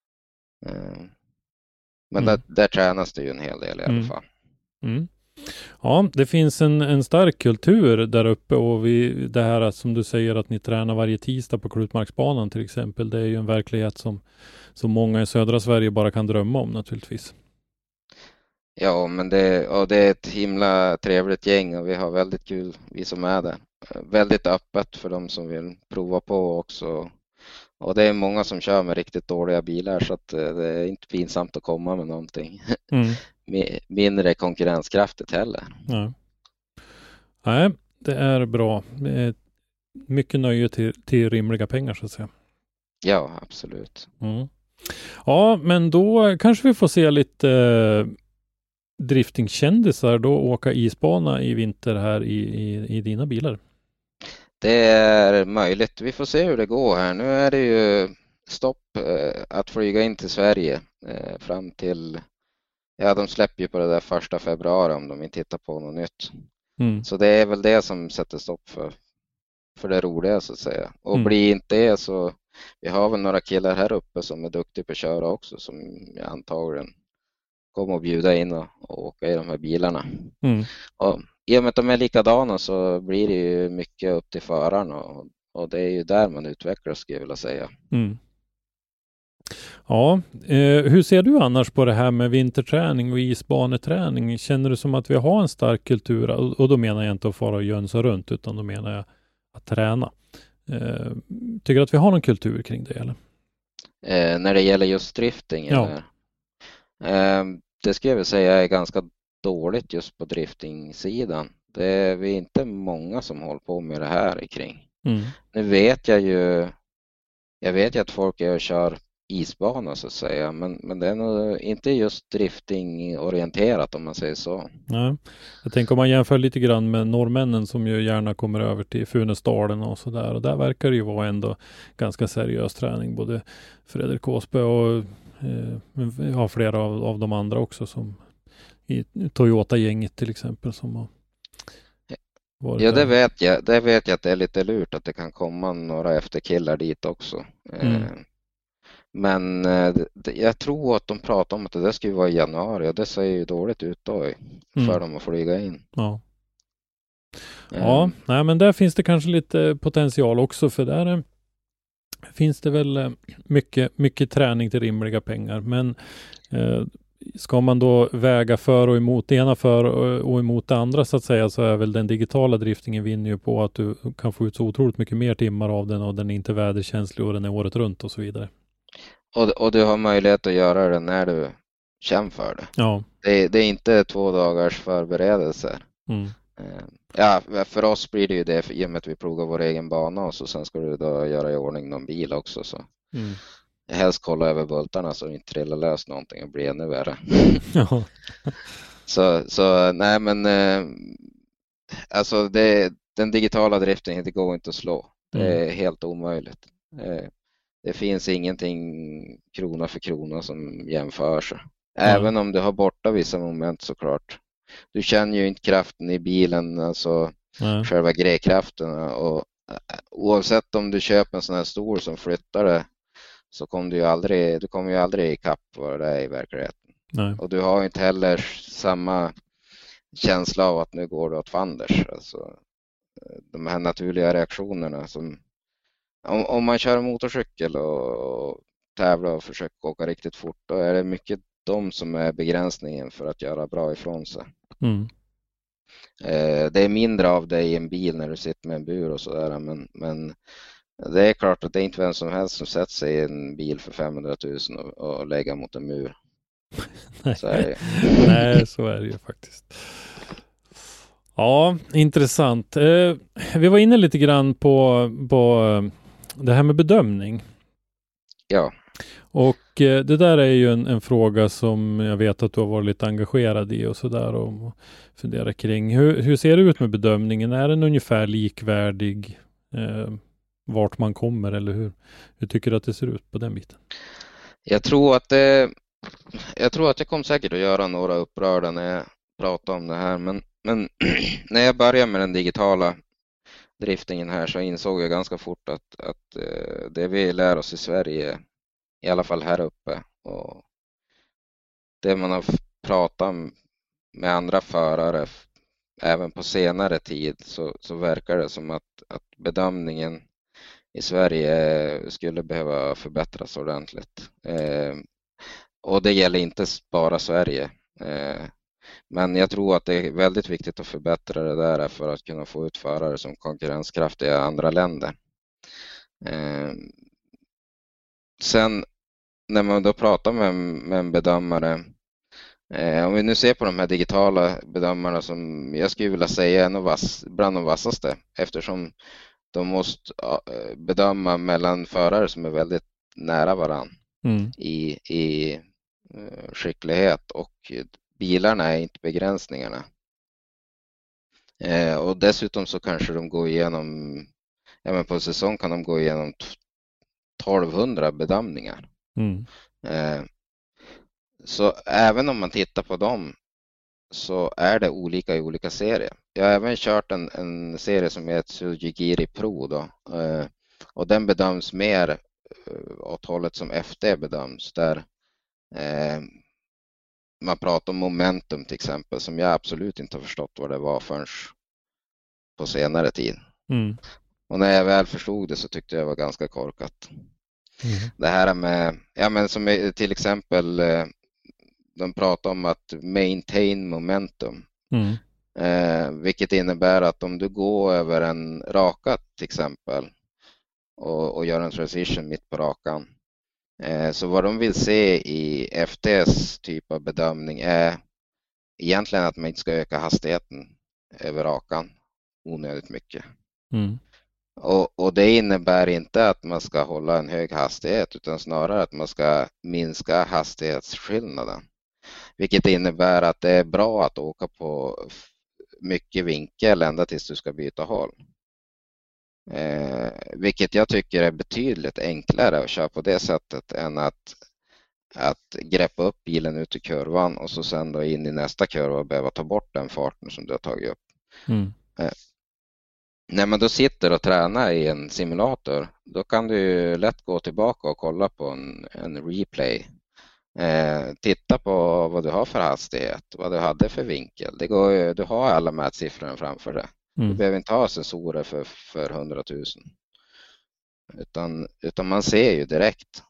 Men där tränas det ju en hel del i alla fall. Mm. Ja, det finns en stark kultur där uppe, och det här som du säger att ni tränar varje tisdag på Klutmarksbanan till exempel, det är ju en verklighet som många i södra Sverige bara kan drömma om naturligtvis. Ja, men det är ett himla trevligt gäng och vi har väldigt kul, vi som är där. Väldigt öppet för de som vill prova på också. Och det är många som kör med riktigt dåliga bilar, så att det är inte pinsamt att komma med någonting. Mindre konkurrenskraftigt heller. Nej, det är bra. Mycket nöje till rimliga pengar så att säga. Ja, absolut. Ja, men då kanske vi får se lite driftingkändisar då åka isbana i vinter här i dina bilar. Det är möjligt. Vi får se hur det går här. Nu är det ju stopp att flyga in till Sverige fram till, ja, de släpper ju på det där 1 februari om de inte hittar på något nytt. Så det är väl det som sätter stopp för det roliga så att säga. Och blir inte det så, vi har väl några killar här uppe som är duktiga på att köra också, som jag antagligen kommer att bjuda in och åka i de här bilarna. Och i och med att de är likadana så blir det ju mycket upp till föraren och det är ju där man utvecklas, skulle jag vilja säga. Ja, hur ser du annars på det här med vinterträning och isbaneträning? Känner du som att vi har en stark kultur? Och då menar jag inte att fara och jönsa runt, utan då menar jag att träna. Tycker du att vi har någon kultur kring det eller? När det gäller just drifting? Ja. Det ska jag väl säga är ganska dåligt just på driftingsidan. Det är vi inte många som håller på med det här kring. Nu vet jag ju att folk är och kör isbana så att säga, men det är nog inte just drifting-orienterat om man säger så. Nej. Jag tänker om man jämför lite grann med norrmännen som ju gärna kommer över till Funäsdalen och sådär, och där verkar det ju vara ändå ganska seriös träning, både Fredrik Åsbö och flera av de andra också, som i Toyota-gänget till exempel som har varit. Ja, det vet jag att det är lite lurt att det kan komma några efterkillar dit också. Men jag tror att de pratar om att det skulle vara i januari, och det ser ju dåligt ut då för dem att flyga in. Ja, nej, men där finns det kanske lite potential också, för där finns det väl mycket träning till rimliga pengar, men ska man då väga för och emot det ena för och emot det andra så att säga, så är väl den digitala driftingen vinner ju på att du kan få ut så otroligt mycket mer timmar av den, och den är inte väderkänslig och den är året runt och så vidare. Och du har möjlighet att göra det när du känner för det. Ja. Det är inte 2 dagars förberedelser. Ja, för oss blir det ju det i och med att vi provar vår egen bana, och så sen ska du då göra i ordning någon bil också. Så. Helst kolla över bultarna så inte trillar lös någonting och blir ännu värre. Ja. så nej, men alltså den digitala driftingen, det går inte att slå. Det är helt omöjligt. Det finns ingenting krona för krona som jämför sig. Även om du har borta vissa moment såklart. Du känner ju inte kraften i bilen, alltså själva grejkraften. Och oavsett om du köper en sån här stor som flyttar det, så kommer du kommer ju aldrig ikapp vad det är i verkligheten. Nej. Och du har inte heller samma känsla av att nu går det åt fanders. Alltså, de här naturliga reaktionerna som om man kör motorcykel och tävlar och försöker åka riktigt fort, då är det mycket de som är begränsningen för att göra bra ifrån sig. Det är mindre av det i en bil när du sitter med en bur och sådär, men det är klart att det är inte vem som helst som sätter sig i en bil för 500 000 och lägger mot en mur. Nej. Nej, så är det ju faktiskt. Ja, intressant. Vi var inne lite grann på det här med bedömning. Ja. Och det där är ju en fråga som jag vet att du har varit lite engagerad i och sådär och funderar kring. Hur ser det ut med bedömningen? Är den ungefär likvärdig vart man kommer, eller hur tycker du att det ser ut på den biten? Jag tror att jag kommer säkert att göra några upprörda när jag pratar om det här, men när jag började med den digitala driftingen här så insåg jag ganska fort att det vi lär oss i Sverige, i alla fall här uppe, och det man har pratat med andra förare även på senare tid, så verkar det som att bedömningen i Sverige skulle behöva förbättras ordentligt. Och det gäller inte bara Sverige. Men jag tror att det är väldigt viktigt att förbättra det där för att kunna få ut förare som konkurrenskraftiga i andra länder. Sen när man då pratar med en bedömare, om vi nu ser på de här digitala bedömarna som jag skulle vilja säga är bland de vassaste, eftersom de måste bedöma mellan förare som är väldigt nära varann i skicklighet, och bilarna är inte begränsningarna. Och dessutom så kanske de går igenom, på en säsong kan de gå igenom 1200 bedömningar. Så även om man tittar på dem så är det olika i olika serier. Jag har även kört en serie som heter Suzuki Pro då, och den bedöms mer åt hållet som FD bedöms, där man pratar om momentum till exempel, som jag absolut inte har förstått vad det var förrän på senare tid. Och när jag väl förstod det så tyckte jag det var ganska korkat. Det här med, som till exempel de pratar om att maintain momentum. Vilket innebär att om du går över en raka till exempel och gör en transition mitt på rakan, så vad de vill se i FTs typ av bedömning är egentligen att man inte ska öka hastigheten över rakan onödigt mycket. Och det innebär inte att man ska hålla en hög hastighet, utan snarare att man ska minska hastighetsskillnaden. Vilket innebär att det är bra att åka på mycket vinkel ända tills du ska byta håll. Vilket jag tycker är betydligt enklare att köra på det sättet än att greppa upp bilen ut i kurvan och så sen då in i nästa kurva och behöva ta bort den farten som du har tagit upp. När man då sitter och tränar i en simulator, då kan du lätt gå tillbaka och kolla på en replay. Titta på vad du har för hastighet, vad du hade för vinkel. Du har alla mätsiffrorna framför dig. Du behöver inte ha sensorer för 100 000. Utan man ser ju direkt.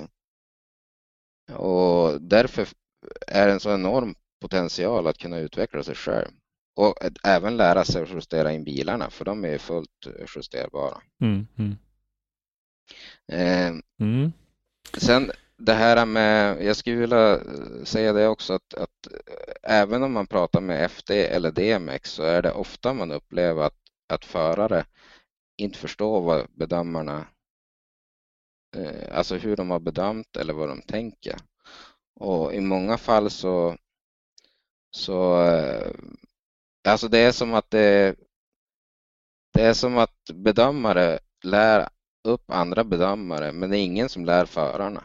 Och därför är det en så enorm potential att kunna utveckla sig själv. Och även lära sig att justera in bilarna, för de är fullt justerbara. Sen det här med, jag skulle vilja säga det också, att även om man pratar med FD eller DMX så är det ofta man upplever att förare inte förstår vad bedömarna, alltså hur de har bedömt eller vad de tänker. Och i många fall så alltså det är som att bedömare lär upp andra bedömare, men det är ingen som lär förarna.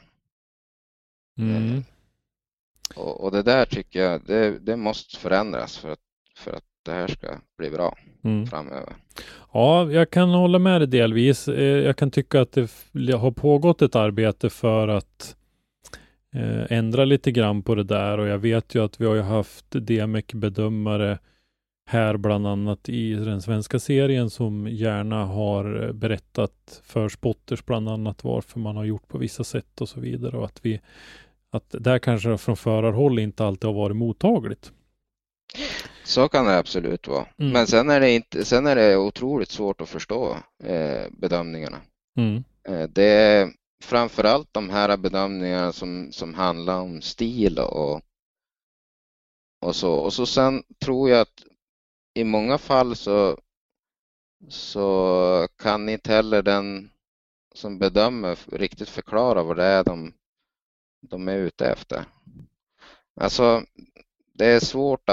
Och det där tycker jag det måste förändras för att det här ska bli bra framöver. Ja, jag kan hålla med dig delvis. Jag kan tycka att det har pågått ett arbete för att ändra lite grann på det där, och jag vet ju att vi har ju haft DMEC-bedömare här bland annat i den svenska serien som gärna har berättat för spotters bland annat varför man har gjort på vissa sätt och så vidare, och att där kanske från förarhåll inte alltid har varit mottagligt. Så kan det absolut vara. Men sen är det otroligt svårt att förstå bedömningarna. Det är framförallt de här bedömningarna som handlar om stil och så. Och så sen tror jag att i många fall så kan inte heller den som bedömer riktigt förklarar vad det är de är ute efter. Alltså det är svårt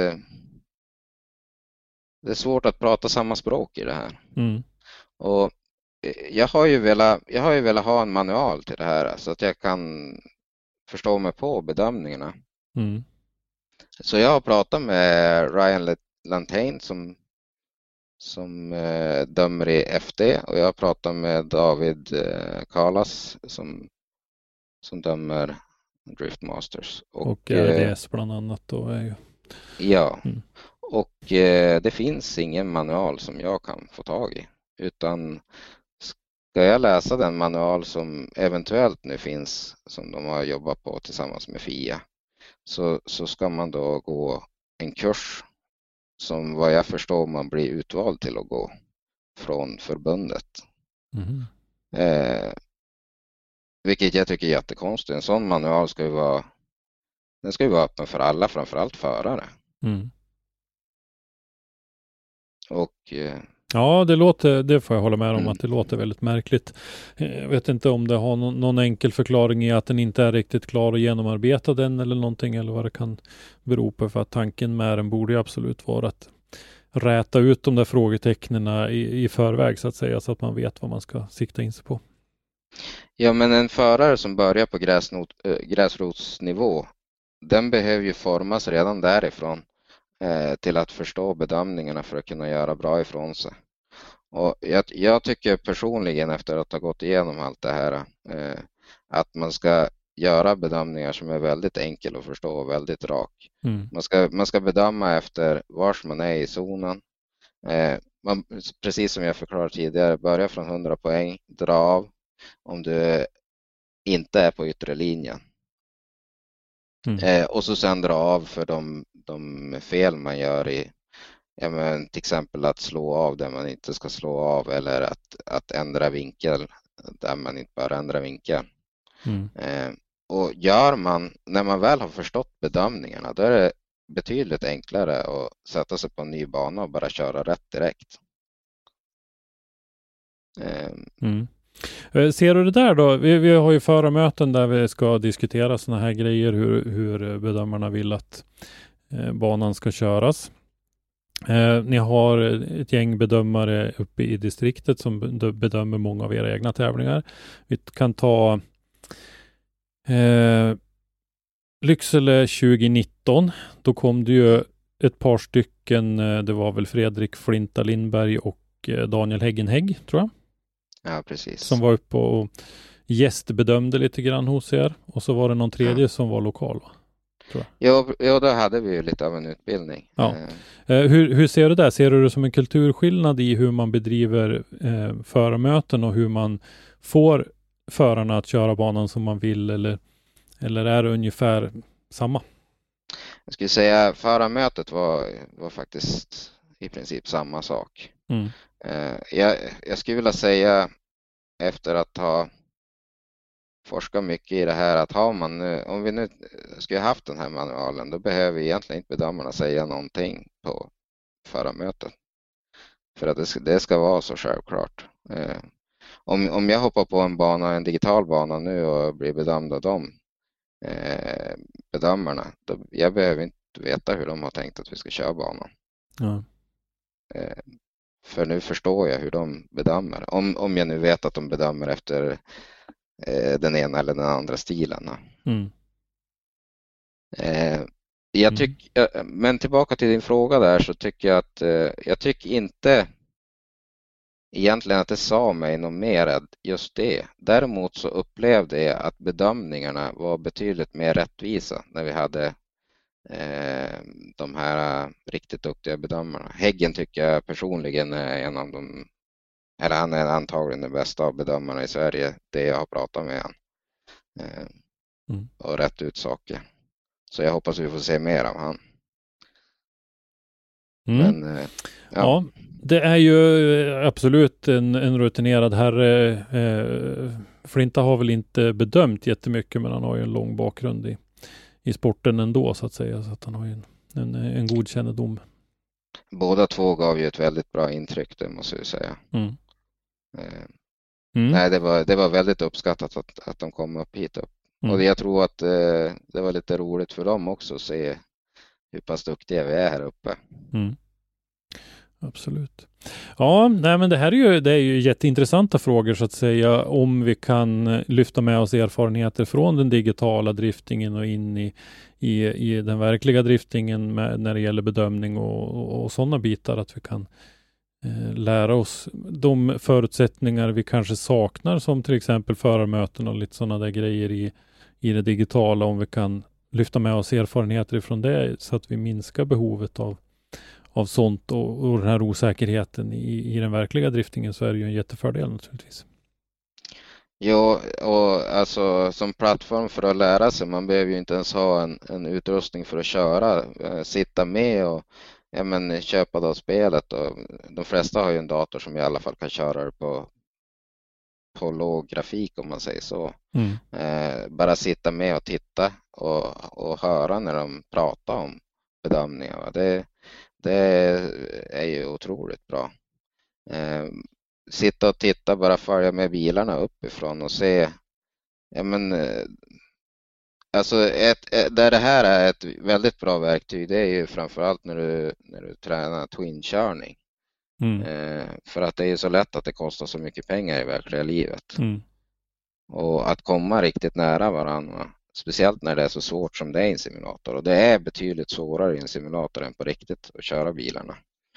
att prata samma språk i det här. Och jag har ju velat ha en manual till det här så att jag kan förstå mig på bedömningarna. Så jag har pratat med Ryan Lantain som dömer i FD, och jag har pratat med David Kalas som dömer Driftmasters. Och RDS bland annat då är ju... Ja, och det finns ingen manual som jag kan få tag i, utan ska jag läsa den manual som eventuellt nu finns som de har jobbat på tillsammans med FIA, så ska man då gå en kurs som vad jag förstår man blir utvald till att gå från förbundet. Vilket jag tycker är jättekonstigt. En sån manual ska ju vara öppen för alla, framförallt förare. Och ja, det får jag hålla med om att det låter väldigt märkligt. Jag vet inte om det har någon enkel förklaring i att den inte är riktigt klar och genomarbetad den eller någonting, eller vad det kan bero på, för att tanken med den borde ju absolut vara att räta ut de där frågetecknena i förväg så att säga, så att man vet vad man ska sikta in sig på. Ja, men en förare som börjar på gräsrotsnivå, den behöver ju formas redan därifrån till att förstå bedömningarna för att kunna göra bra ifrån sig. Och jag tycker personligen, efter att ha gått igenom allt det här, att man ska göra bedömningar som är väldigt enkel att förstå och väldigt rak. Man ska bedöma efter vars man är i zonen. Precis som jag förklarade tidigare, börja från 100 poäng, dra av om du inte är på yttre linjen. Och så sen dra av för de fel man gör i, till exempel att slå av där man inte ska slå av, eller att ändra vinkel där man inte bör ändra vinkel. Och när man väl har förstått bedömningarna, då är det betydligt enklare att sätta sig på en ny bana och bara köra rätt direkt. Ser du det där då? Vi har ju förarmöten där vi ska diskutera såna här grejer, hur bedömarna vill att banan ska köras. Ni har ett gäng bedömare uppe i distriktet som bedömer många av era egna tävlingar. Vi kan ta Lycksele 2019. Då kom det ju ett par stycken, det var väl Fredrik Flinta Lindberg och Daniel Häggenhägg, tror jag. Ja, precis. Som var uppe och gästbedömde lite grann hos er. Och så var det någon tredje som var lokal, va? Tror jag. Ja, då hade vi ju lite av en utbildning. Ja. Hur ser du det? Ser du det som en kulturskillnad i hur man bedriver förarmöten och hur man får förarna att köra banan som man vill, eller är det ungefär samma? Jag skulle säga förarmötet var faktiskt i princip samma sak. Jag skulle vilja säga, efter att ha forskat mycket i det här, att om vi nu skulle haft den här manualen, då behöver egentligen inte bedömarna säga någonting på förarmötet. För att det ska vara så självklart. Om jag hoppar på en digital bana nu och blir bedömd av de bedömarna, då jag behöver inte veta hur de har tänkt att vi ska köra banan. För nu förstår jag hur de bedömer. Om jag nu vet att de bedömer efter den ena eller den andra stilen. Men tillbaka till din fråga där, så tycker jag att jag tycker inte egentligen att det sa mig något mer än just det. Däremot så upplevde jag att bedömningarna var betydligt mer rättvisa när vi hade de här riktigt duktiga bedömarna. Häggen tycker jag personligen är en av dem, eller han är antagligen den bästa av bedömarna i Sverige, det jag har pratat med han. Och rätt ut saker. Så jag hoppas vi får se mer av han. Men, ja, det är ju absolut en rutinerad herre. Flinta har väl inte bedömt jättemycket, men han har ju en lång bakgrund i sporten ändå, så att säga. Så att han har ju en god kännedom. Båda två gav ju ett väldigt bra intryck, det måste jag säga. Nej, det var väldigt uppskattat att de kom upp hit upp. Och jag tror att det var lite roligt för dem också att se hur pass duktiga vi är här uppe. Absolut. Ja, nej, men det är ju jätteintressanta frågor så att säga, om vi kan lyfta med oss erfarenheter från den digitala driftingen och in i den verkliga driftingen när det gäller bedömning och sådana bitar, att vi kan lära oss de förutsättningar vi kanske saknar, som till exempel förarmöten och lite sådana där grejer i det digitala, om vi kan lyfta med oss erfarenheter ifrån det så att vi minskar behovet av sånt och den här osäkerheten i den verkliga driftingen, så är det ju en jättefördel naturligtvis. Ja, och alltså som plattform för att lära sig, man behöver ju inte ens ha en utrustning för att köra, sitta med och köpa då spelet, och de flesta har ju en dator som i alla fall kan köra det på låg grafik, om man säger så. Bara sitta med och titta och höra när de pratar om bedömningar. Det är ju otroligt bra. Sitta och titta, bara följa med bilarna uppifrån och se. Alltså där det här är ett väldigt bra verktyg, det är ju framförallt när du tränar twinkörning. För att det är så lätt att det kostar så mycket pengar i verkliga livet. Och att komma riktigt nära varandra, speciellt när det är så svårt som det är i en simulator. Och det är betydligt svårare i en simulator än på riktigt att köra bilarna.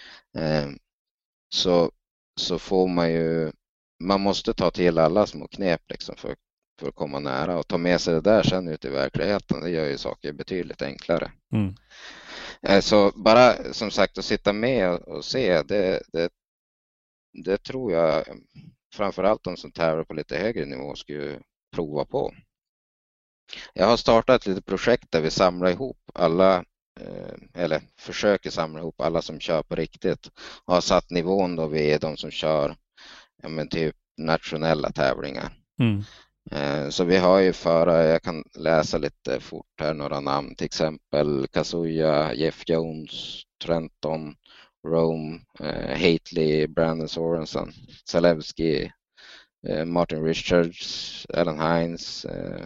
Så får man måste ta till alla små knep liksom för att komma nära, och ta med sig det där sen ut i verkligheten. Det gör ju saker betydligt enklare. Så bara som sagt att sitta med och se, det tror jag framförallt de som tävlar på lite högre nivå skulle prova på. Jag har startat ett litet projekt där vi samlar ihop alla, eller försöker samla ihop alla som kör på riktigt, och har satt nivån då vid de som kör typ nationella tävlingar. Så vi har ju jag kan läsa lite fort här några namn, till exempel Kazuya, Jeff Jones, Trenton, Rome, Hately, Brandon Sorensen, Zalewski, Martin Richards, Alan Hines,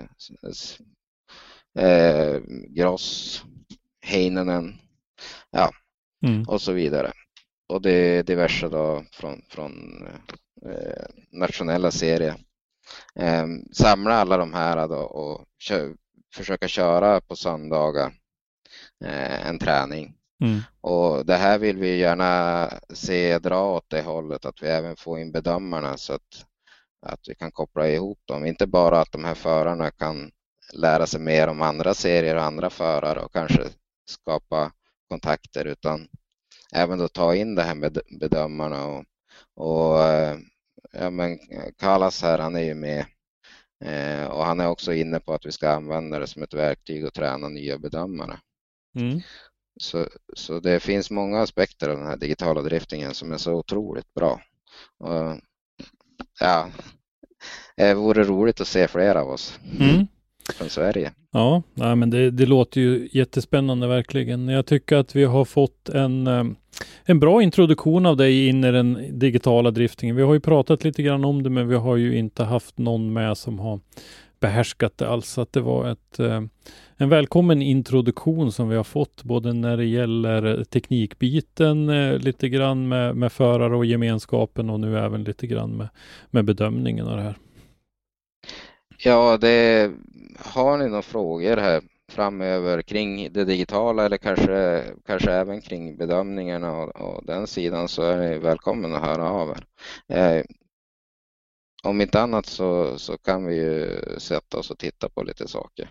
Gross, Heinonen, och så vidare. Och det är diverse då från nationella serier. Samla alla de här då och försöka köra på söndagar en träning. Och det här vill vi gärna se dra åt det hållet, att vi även får in bedömarna, så att vi kan koppla ihop dem. Inte bara att de här förarna kan lära sig mer om andra serier och andra förare och kanske skapa kontakter, utan även då ta in det här med bedömarna. Och Carlos här, han är ju med, och han är också inne på att vi ska använda det som ett verktyg och träna nya bedömare. Så det finns många aspekter av den här digitala driftingen som är så otroligt bra. Och, det vore roligt att se fler av oss från Sverige. Ja, men det låter ju jättespännande verkligen. Jag tycker att vi har fått en bra introduktion av dig in i den digitala driftingen. Vi har ju pratat lite grann om det, men vi har ju inte haft någon med som har behärskat det alls. Att det var en välkommen introduktion som vi har fått, både när det gäller teknikbiten, lite grann med förare och gemenskapen, och nu även lite grann med bedömningen av det här. Ja, har ni några frågor här framöver kring det digitala, eller kanske även kring bedömningarna och den sidan, så är ni välkommen att höra av er. Om inte annat så kan vi ju sätta oss och titta på lite saker.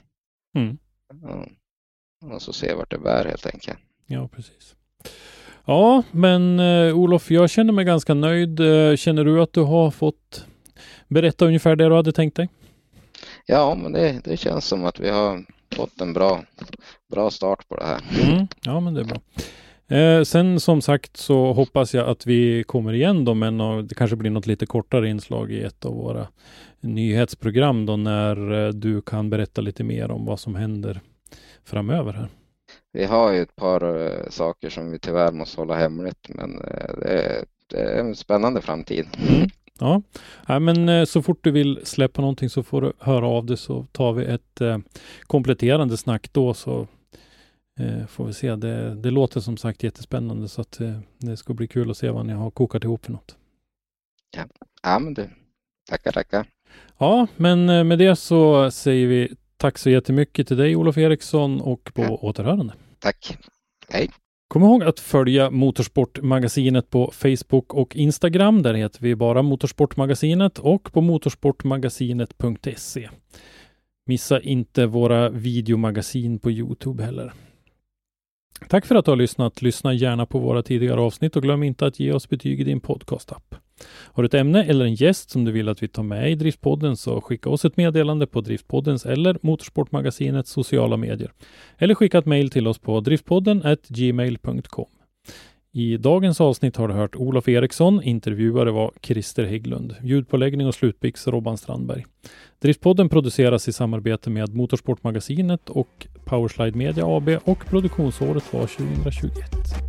Och så se vart det bär helt enkelt. Ja, precis. Ja, men Olof, jag känner mig ganska nöjd. Känner du att du har fått berätta ungefär det du hade tänkt dig? Ja, men det känns som att vi har fått en bra start på det här. Ja, men det är bra. Sen som sagt så hoppas jag att vi kommer igen då, men det kanske blir något lite kortare inslag i ett av våra nyhetsprogram då, när du kan berätta lite mer om vad som händer framöver här. Vi har ju ett par saker som vi tyvärr måste hålla hemligt, men det är en spännande framtid. Ja, men så fort du vill släppa någonting så får du höra av dig, så tar vi ett kompletterande snack då, så får vi se. Det låter som sagt jättespännande, så att det ska bli kul att se vad ni har kokat ihop för något. Ja, men det. Tackar. Ja, men med det så säger vi tack så jättemycket till dig, Olof Eriksson, och på återhörande. Tack. Hej. Kom ihåg att följa Motorsportmagasinet på Facebook och Instagram. Där heter vi bara Motorsportmagasinet, och på motorsportmagasinet.se. Missa inte våra videomagasin på YouTube heller. Tack för att du har lyssnat. Lyssna gärna på våra tidigare avsnitt och glöm inte att ge oss betyg i din podcastapp. Har du ett ämne eller en gäst som du vill att vi tar med i Driftpodden, så skicka oss ett meddelande på Driftpoddens eller Motorsportmagasinets sociala medier. Eller skicka ett mejl till oss på driftpodden@gmail.com. I dagens avsnitt har du hört Olof Eriksson, intervjuare var Christer Hägglund, ljudpåläggning och slutbix Robban Strandberg. Driftpodden produceras i samarbete med Motorsportmagasinet och Powerslide Media AB, och produktionsåret var 2021.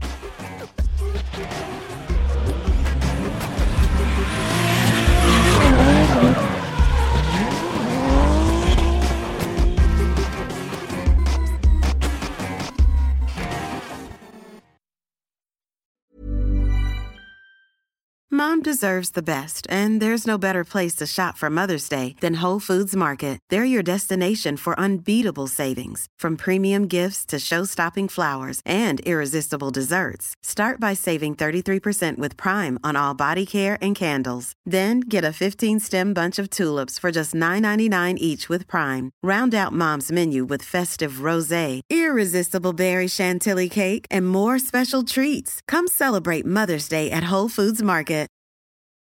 Mom deserves the best, and there's no better place to shop for Mother's Day than Whole Foods Market. They're your destination for unbeatable savings, from premium gifts to show-stopping flowers and irresistible desserts. Start by saving 33% with Prime on all body care and candles. Then get a 15-stem bunch of tulips for just $9.99 each with Prime. Round out Mom's menu with festive rosé, irresistible berry chantilly cake, and more special treats. Come celebrate Mother's Day at Whole Foods Market.